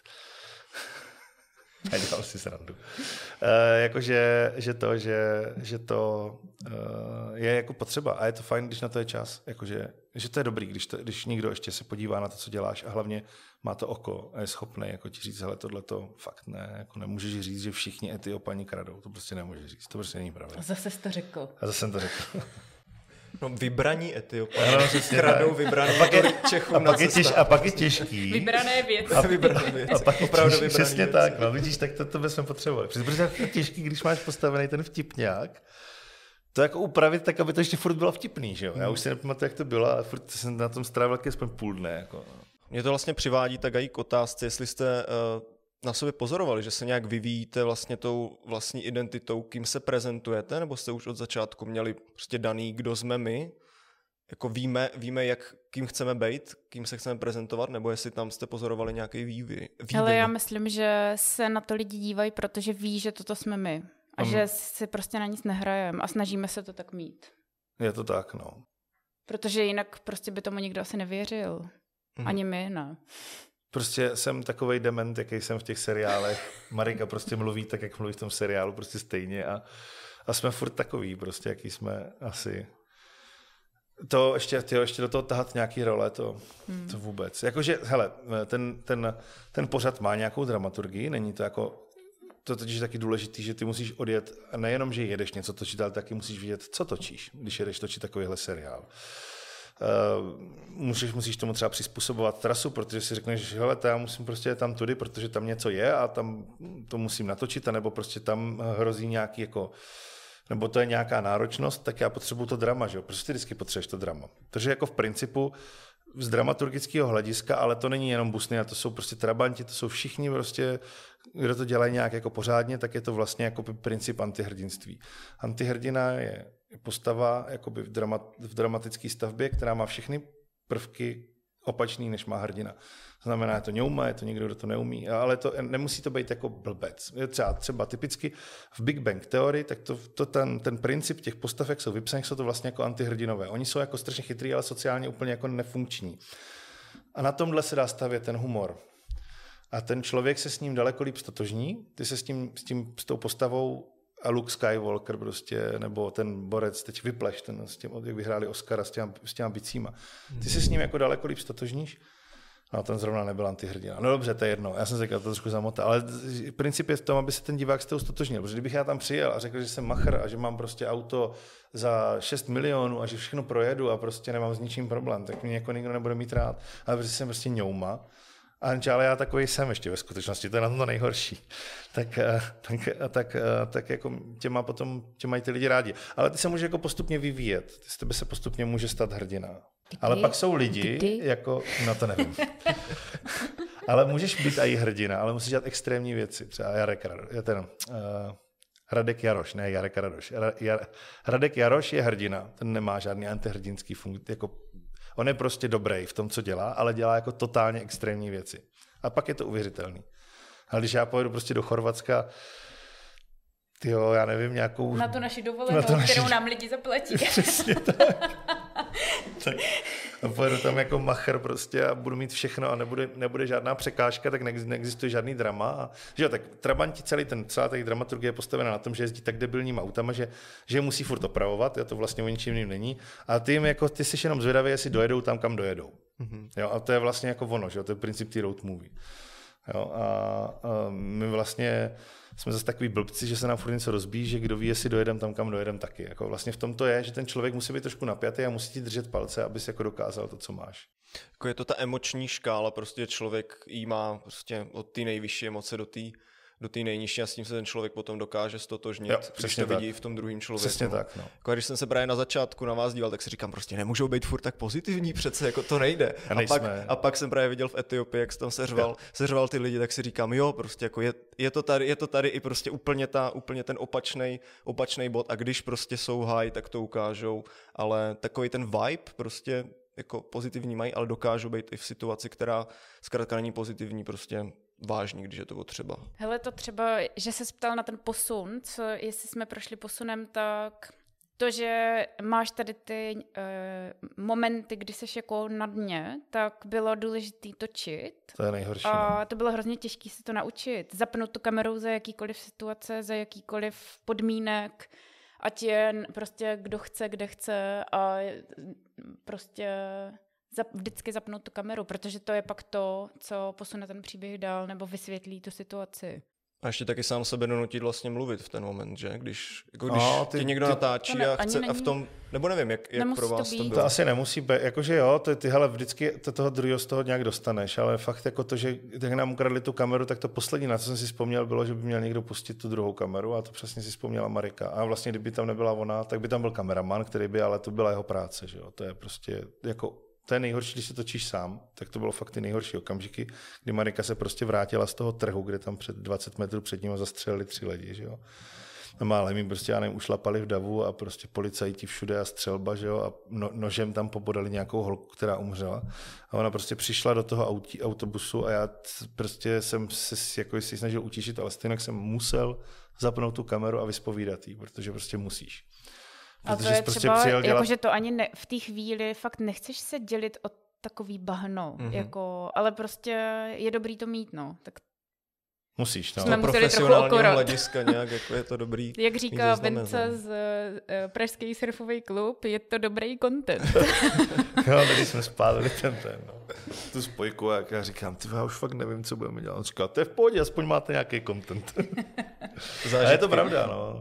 Nedělal si srandu. E, jakože že to, že, že to e, je jako potřeba a je to fajn, když na to je čas. Jakože, že to je dobrý, když, to, když někdo ještě se podívá na to, co děláš a hlavně má to oko a je schopný jako ti říct, hele, tohleto fakt ne, jako nemůžeš říct, že všichni Etiopani kradou, to prostě nemůžeš říct, to prostě není pravda. A zase jsi to řekl. A zase jsem to řekl. No, vybraní Etiopani kradou vybraný Čechů a na pak je těž, A pak je těžký. Vybrané věci. A, vybrané věci. A pak je opravdu vybrané přesně věci. Tak, no vidíš, tak to, to bychom potřebovali. Protože je těžký, když máš postavený ten vtipňák, to jako upravit tak, aby to ještě furt bylo vtipný, že jo? Já už si nepamatuju, jak to bylo, ale furt jsem na tom strávil aspoň půl dne. Jako. Mě to vlastně přivádí tak i k otázce, jestli jste uh, na sobě pozorovali, že se nějak vyvíjíte vlastně tou vlastní identitou, kým se prezentujete, nebo jste už od začátku měli prostě daný, kdo jsme my, jako víme, víme, jak, kým chceme být, kým se chceme prezentovat, nebo jestli tam jste pozorovali nějaký vývoj? Ale já myslím, že se na to lidi dívají, protože ví, že toto jsme my. A mm. že si prostě na nic nehrajeme a snažíme se to tak mít. Je to tak, no. Protože jinak prostě by tomu nikdo asi nevěřil. Mm. Ani my, ne. Prostě jsem takovej dement, jaký jsem v těch seriálech. Marika prostě mluví tak, jak mluví v tom seriálu, prostě stejně a, a jsme furt takový, prostě, jaký jsme asi... To ještě, tyjo, ještě do toho tahat nějaký role, to, hmm. to vůbec. Jakože, hele, ten, ten, ten pořad má nějakou dramaturgii, není to jako, to totiž je taky důležitý, že ty musíš odjet, a nejenom, že jedeš něco točit, ale taky musíš vidět, co točíš, když jedeš točit takovýhle seriál. uh, můžeš, musíš tomu třeba přizpůsobovat trasu, protože si řekneš, že hele, to já musím prostě tam tudy, protože tam něco je a tam to musím natočit, anebo prostě tam hrozí nějaký jako, nebo to je nějaká náročnost, tak já potřebuju to drama, že jo? Prostě ty vždycky potřebuješ to drama. Takže jako v principu z dramaturgického hlediska, ale to není jenom Busny, a to jsou prostě trabanti, to jsou všichni prostě, kdo to dělají nějak jako pořádně, tak je to vlastně jako princip antihrdinství. Antihrdina je postava jakoby v, dramat, v dramatické stavbě, která má všechny prvky opačný, než má hrdina. Znamená, je to ňouma, je to někdo, kdo to neumí, ale to, nemusí to být jako blbec. Je třeba, třeba typicky v Big Bang teorii, tak to, to ten, ten princip těch postav, jak jsou vypsaných, jsou to vlastně jako antihrdinové. Oni jsou jako strašně chytrý, ale sociálně úplně jako nefunkční. A na tomhle se dá stavět ten humor. A ten člověk se s ním daleko líp stotožní, ty se s tím, s tím, s tou postavou a Luke Skywalker prostě, nebo ten borec, teď Vypleš, ten s tím, jak vyhráli Oscara s těma, s těma bicíma. Ty se s ním jako daleko líp stotožníš. No, ten zrovna nebyl antihrdina. No dobře, to je jedno. Já jsem říkal, to trošku zamotá. Ale princip je v tom, aby se ten divák s tou stotožnil. Protože kdybych já tam přijel a řekl, že jsem machr a že mám prostě auto za šest milionů a že všechno projedu a prostě nemám s ničím problém, tak mě jako nikdo nebude mít rád. Ale protože jsem prostě ňouma. Ale já takový jsem ještě ve skutečnosti, to je na tom to nejhorší. Tak, tak, tak, tak jako tě, má potom, tě mají ty lidi rádi. Ale ty se může jako postupně vyvíjet. Z tebe se postupně může stát hrdina. Kdy? Ale pak jsou lidi, Kdy? jako, no to nevím. Ale můžeš být i hrdina, ale musíš dělat extrémní věci. Třeba Jarek Radoš, ten, uh, Radek Jaroš, ne Jarek Radoš. Jar, Radek Jaroš je hrdina, ten nemá žádný antihrdinský funkci, jako on je prostě dobrý v tom, co dělá, ale dělá jako totálně extrémní věci. A pak je to uvěřitelný. Ale když já pojedu prostě do Chorvatska, tyjo, já nevím, nějakou... Na tu naši dovolenou, to naši... kterou nám lidi zaplatí. Přesně tak. Tak a pojedu tam jako machr prostě a budu mít všechno a nebude, nebude žádná překážka, tak neexistuje žádný drama. A, že jo, tak Trabanti, celý ten, celá ta dramaturgie je postavena na tom, že jezdí tak debilníma autama, že, že je musí furt opravovat, jo, to vlastně o ničím jiným není. A ty jim jako, ty jsi jenom zvědavý, jestli dojedou tam, kam dojedou. Mm-hmm. Jo, a to je vlastně jako ono, že jo, to je princip té road movie. Jo, a, a my vlastně jsme zase takový blbci, že se nám furt něco rozbíjí, že kdo ví, jestli dojedem tam, kam dojedem taky. Jako vlastně v tom to je, že ten člověk musí být trošku napjatý a musí ti držet palce, abys jako dokázal to, co máš. Jako je to ta emoční škála, prostě člověk jí má prostě od té nejvyšší emoce do té do té nejnižší a s tím se ten člověk potom dokáže stotožnit, jo, když to vidí v tom druhém člověku. Přesně tak, no. Jako když jsem se právě na začátku na vás díval, tak si říkám, prostě nemůžou být furt tak pozitivní, přece jako to nejde. A, a, pak, a pak jsem právě viděl v Etiopii, jak tam seřval, seřval ty lidi, tak si říkám, jo, prostě jako je, je, to tady, je to tady i prostě úplně, ta, úplně ten opačnej, opačnej bod a když prostě jsou high, tak to ukážou, ale takový ten vibe prostě jako pozitivní mají, ale dokážou být i v situaci, která zkrátka není pozitivní, prostě vážný, když je to potřeba. Hele, to třeba, že se ptal na ten posun, co, jestli jsme prošli posunem, tak to, že máš tady ty uh, momenty, kdy jsi jako na dně, tak bylo důležité točit. To je nejhorší. A to bylo hrozně těžké se to naučit. Zapnout tu kameru za jakýkoliv situace, za jakýkoliv podmínek, ať je prostě kdo chce, kde chce a prostě vždycky zapnout tu kameru, protože to je pak to, co posune ten příběh dál nebo vysvětlí tu situaci. A ještě taky sám sebe donutit vlastně mluvit v ten moment, že? Když, jako když no, ty, tě někdo ty, natáčí ne, a chce není, a v tom, nebo nevím, jak, jak pro vás to, to bylo. To asi nemusí být, jakože jo, to, ty hele, vždycky to toho druhého z toho nějak dostaneš, ale fakt jako to, že jak nám ukradli tu kameru, tak to poslední, na co jsem si vzpomněl, bylo, že by měl někdo pustit tu druhou kameru a to přesně si vzpomněla Marika. A vlastně, kdyby tam nebyla ona, tak by tam byl kameraman, který by, ale to byla jeho práce, že jo, to je prostě jako to je nejhorší, když se točíš sám, tak to bylo fakt ty nejhorší okamžiky, kdy Marika se prostě vrátila z toho trhu, kde tam před dvacet metrů před ním zastřelili tři lidi, že jo. A málem jim prostě, já nevím, ušlapali v davu a prostě policajti všude a střelba, že jo, a no, nožem tam pobodali nějakou holku, která umřela. A ona prostě přišla do toho autí, autobusu a já prostě jsem se jako si snažil utíšit, ale stejně jsem musel zapnout tu kameru a vyspovídat jí, protože prostě musíš. A to je prostě třeba, dělat... jakože to ani ne, v té chvíli fakt nechceš se dělit o takový bahno, mm-hmm. jako, ale prostě je dobrý to mít, no. Tak musíš, no. Z profesionálního hlediska nějak, jako je to dobrý. Jak říká Vince z uh, Pražský surfový klub, je to dobrý content. Jo, tady jsme spálili ten ten, no. Tu spojku, jak já říkám, ty já už fakt nevím, co budeme dělat. On říká, to je v pohodě, aspoň máte nějaký content. A je to pravda, no.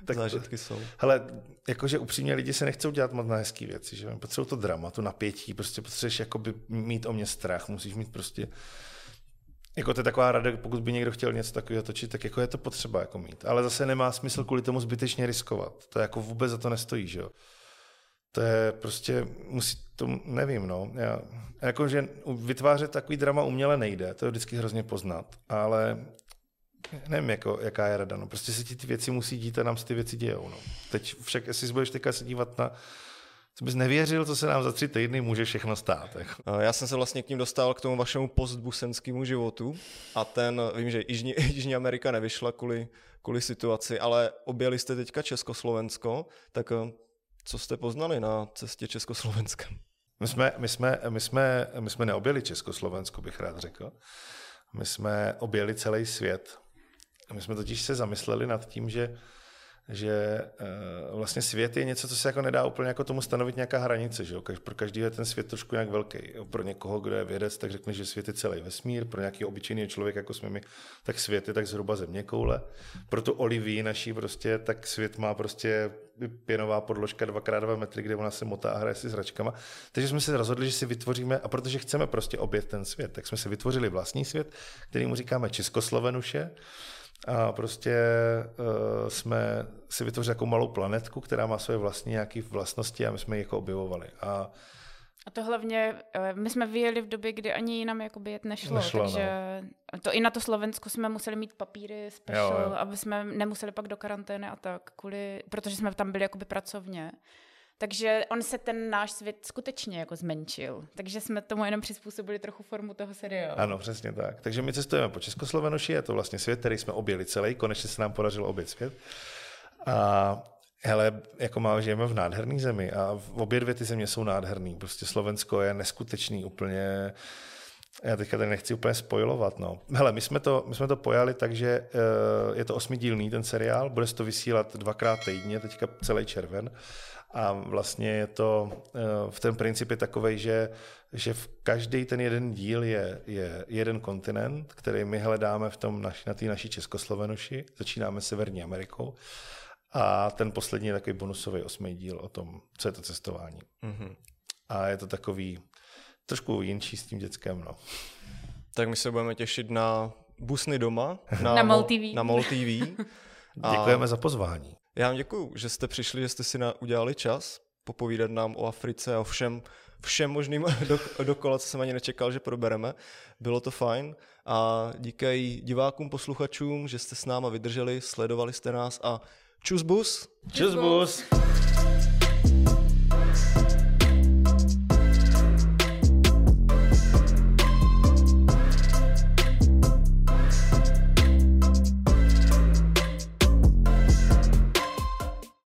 tak zážitky to, jsou. Hele, jakože upřímně lidi se nechcou dělat moc na hezký věci, že potřebují to drama, to napětí, prostě potřebuješ jakoby mít o mě strach, musíš mít prostě, jako to je taková rada, pokud by někdo chtěl něco takového točit, tak jako je to potřeba jako mít, ale zase nemá smysl kvůli tomu zbytečně riskovat, to jako vůbec za to nestojí, že jo. To je prostě, musí to, nevím, no, já, jakože vytvářet takový drama uměle nejde, to je vždycky hrozně poznat, ale nevím, jako, jaká je rada, no, prostě se ti ty věci musí dít a nám se ty věci dějou, no. Teď však, jestli budeš teďka se dívat na, co bys nevěřil, co se nám za tři týdny může všechno stát. Jako. Já jsem se vlastně k ním dostal k tomu vašemu postbusenskému životu a ten, vím, že Jižní, Jižní Amerika nevyšla kvůli, kvůli situaci, ale objeli jste teďka Československo, tak co jste poznali na cestě Československem? My jsme, my jsme, my jsme, my jsme neobjeli Československo, bych rád řekl. My jsme objeli celý svět. My jsme totiž se zamysleli nad tím, že, že vlastně svět je něco, co se jako nedá úplně jako tomu stanovit nějaká hranice. Že jo? Pro každý je ten svět trošku nějak velký. Pro někoho, kdo je vědec, tak řekne, že svět je celý vesmír. Pro nějaký obyčejný člověk, jako jsme my, tak svět je tak zhruba zeměkoule. Pro tu Olivii naší prostě, tak svět má prostě pěnová podložka dva krát dva metry, kde ona se motá a hraje si s hračkama. Takže jsme se rozhodli, že si vytvoříme, a protože chceme prostě objet ten svět, tak jsme si vytvořili vlastní svět, kterýmu říkáme Českoslovenuše. A prostě uh, jsme si vytvořili jako malou planetku, která má svoje vlastní nějaké vlastnosti a my jsme ji jako objevovali. A, a to hlavně, my jsme vyjeli v době, kdy ani jinam jakoby jet nešlo, nešlo takže no. to i na to Slovensko jsme museli mít papíry special, jo, jo. aby jsme nemuseli pak do karantény a tak, kvůli, protože jsme tam byli jakoby pracovně. Takže on se ten náš svět skutečně jako zmenšil. Takže jsme tomu jenom přizpůsobili trochu formu toho seriálu. Ano, přesně tak. Takže my cestujeme po Českoslovenuši, je to vlastně svět, který jsme objeli celý, konečně se nám podařilo objet svět. A hele, jako má, žijeme v nádherný zemi a v obě dvě ty země jsou nádherný. Prostě Slovensko je neskutečný úplně. Já teďka tady nechci úplně spojovat, no. Hele, my jsme to, my jsme to pojali tak, že uh, je to osmidílný ten seriál, bude se to vysílat dvakrát týdně, teďka celý červen. A vlastně je to, v ten princip je takovej, že, že v každý ten jeden díl je, je jeden kontinent, který my hledáme v tom naš, na té naší Českoslovenuši. Začínáme Severní Amerikou. A ten poslední je takový bonusový osmý díl o tom, co je to cestování. Mm-hmm. A je to takový trošku jinčí s tím dětskem, no. Tak my se budeme těšit na Busny doma. Na, na MOL T V. Na MOL T V. A děkujeme za pozvání. Já vám děkuju, že jste přišli, že jste si na, udělali čas popovídat nám o Africe a o všem, všem možným do, dokola, co jsem ani nečekal, že probereme. Bylo to fajn a díky divákům, posluchačům, že jste s náma vydrželi, sledovali jste nás a čus bus! Čus bus!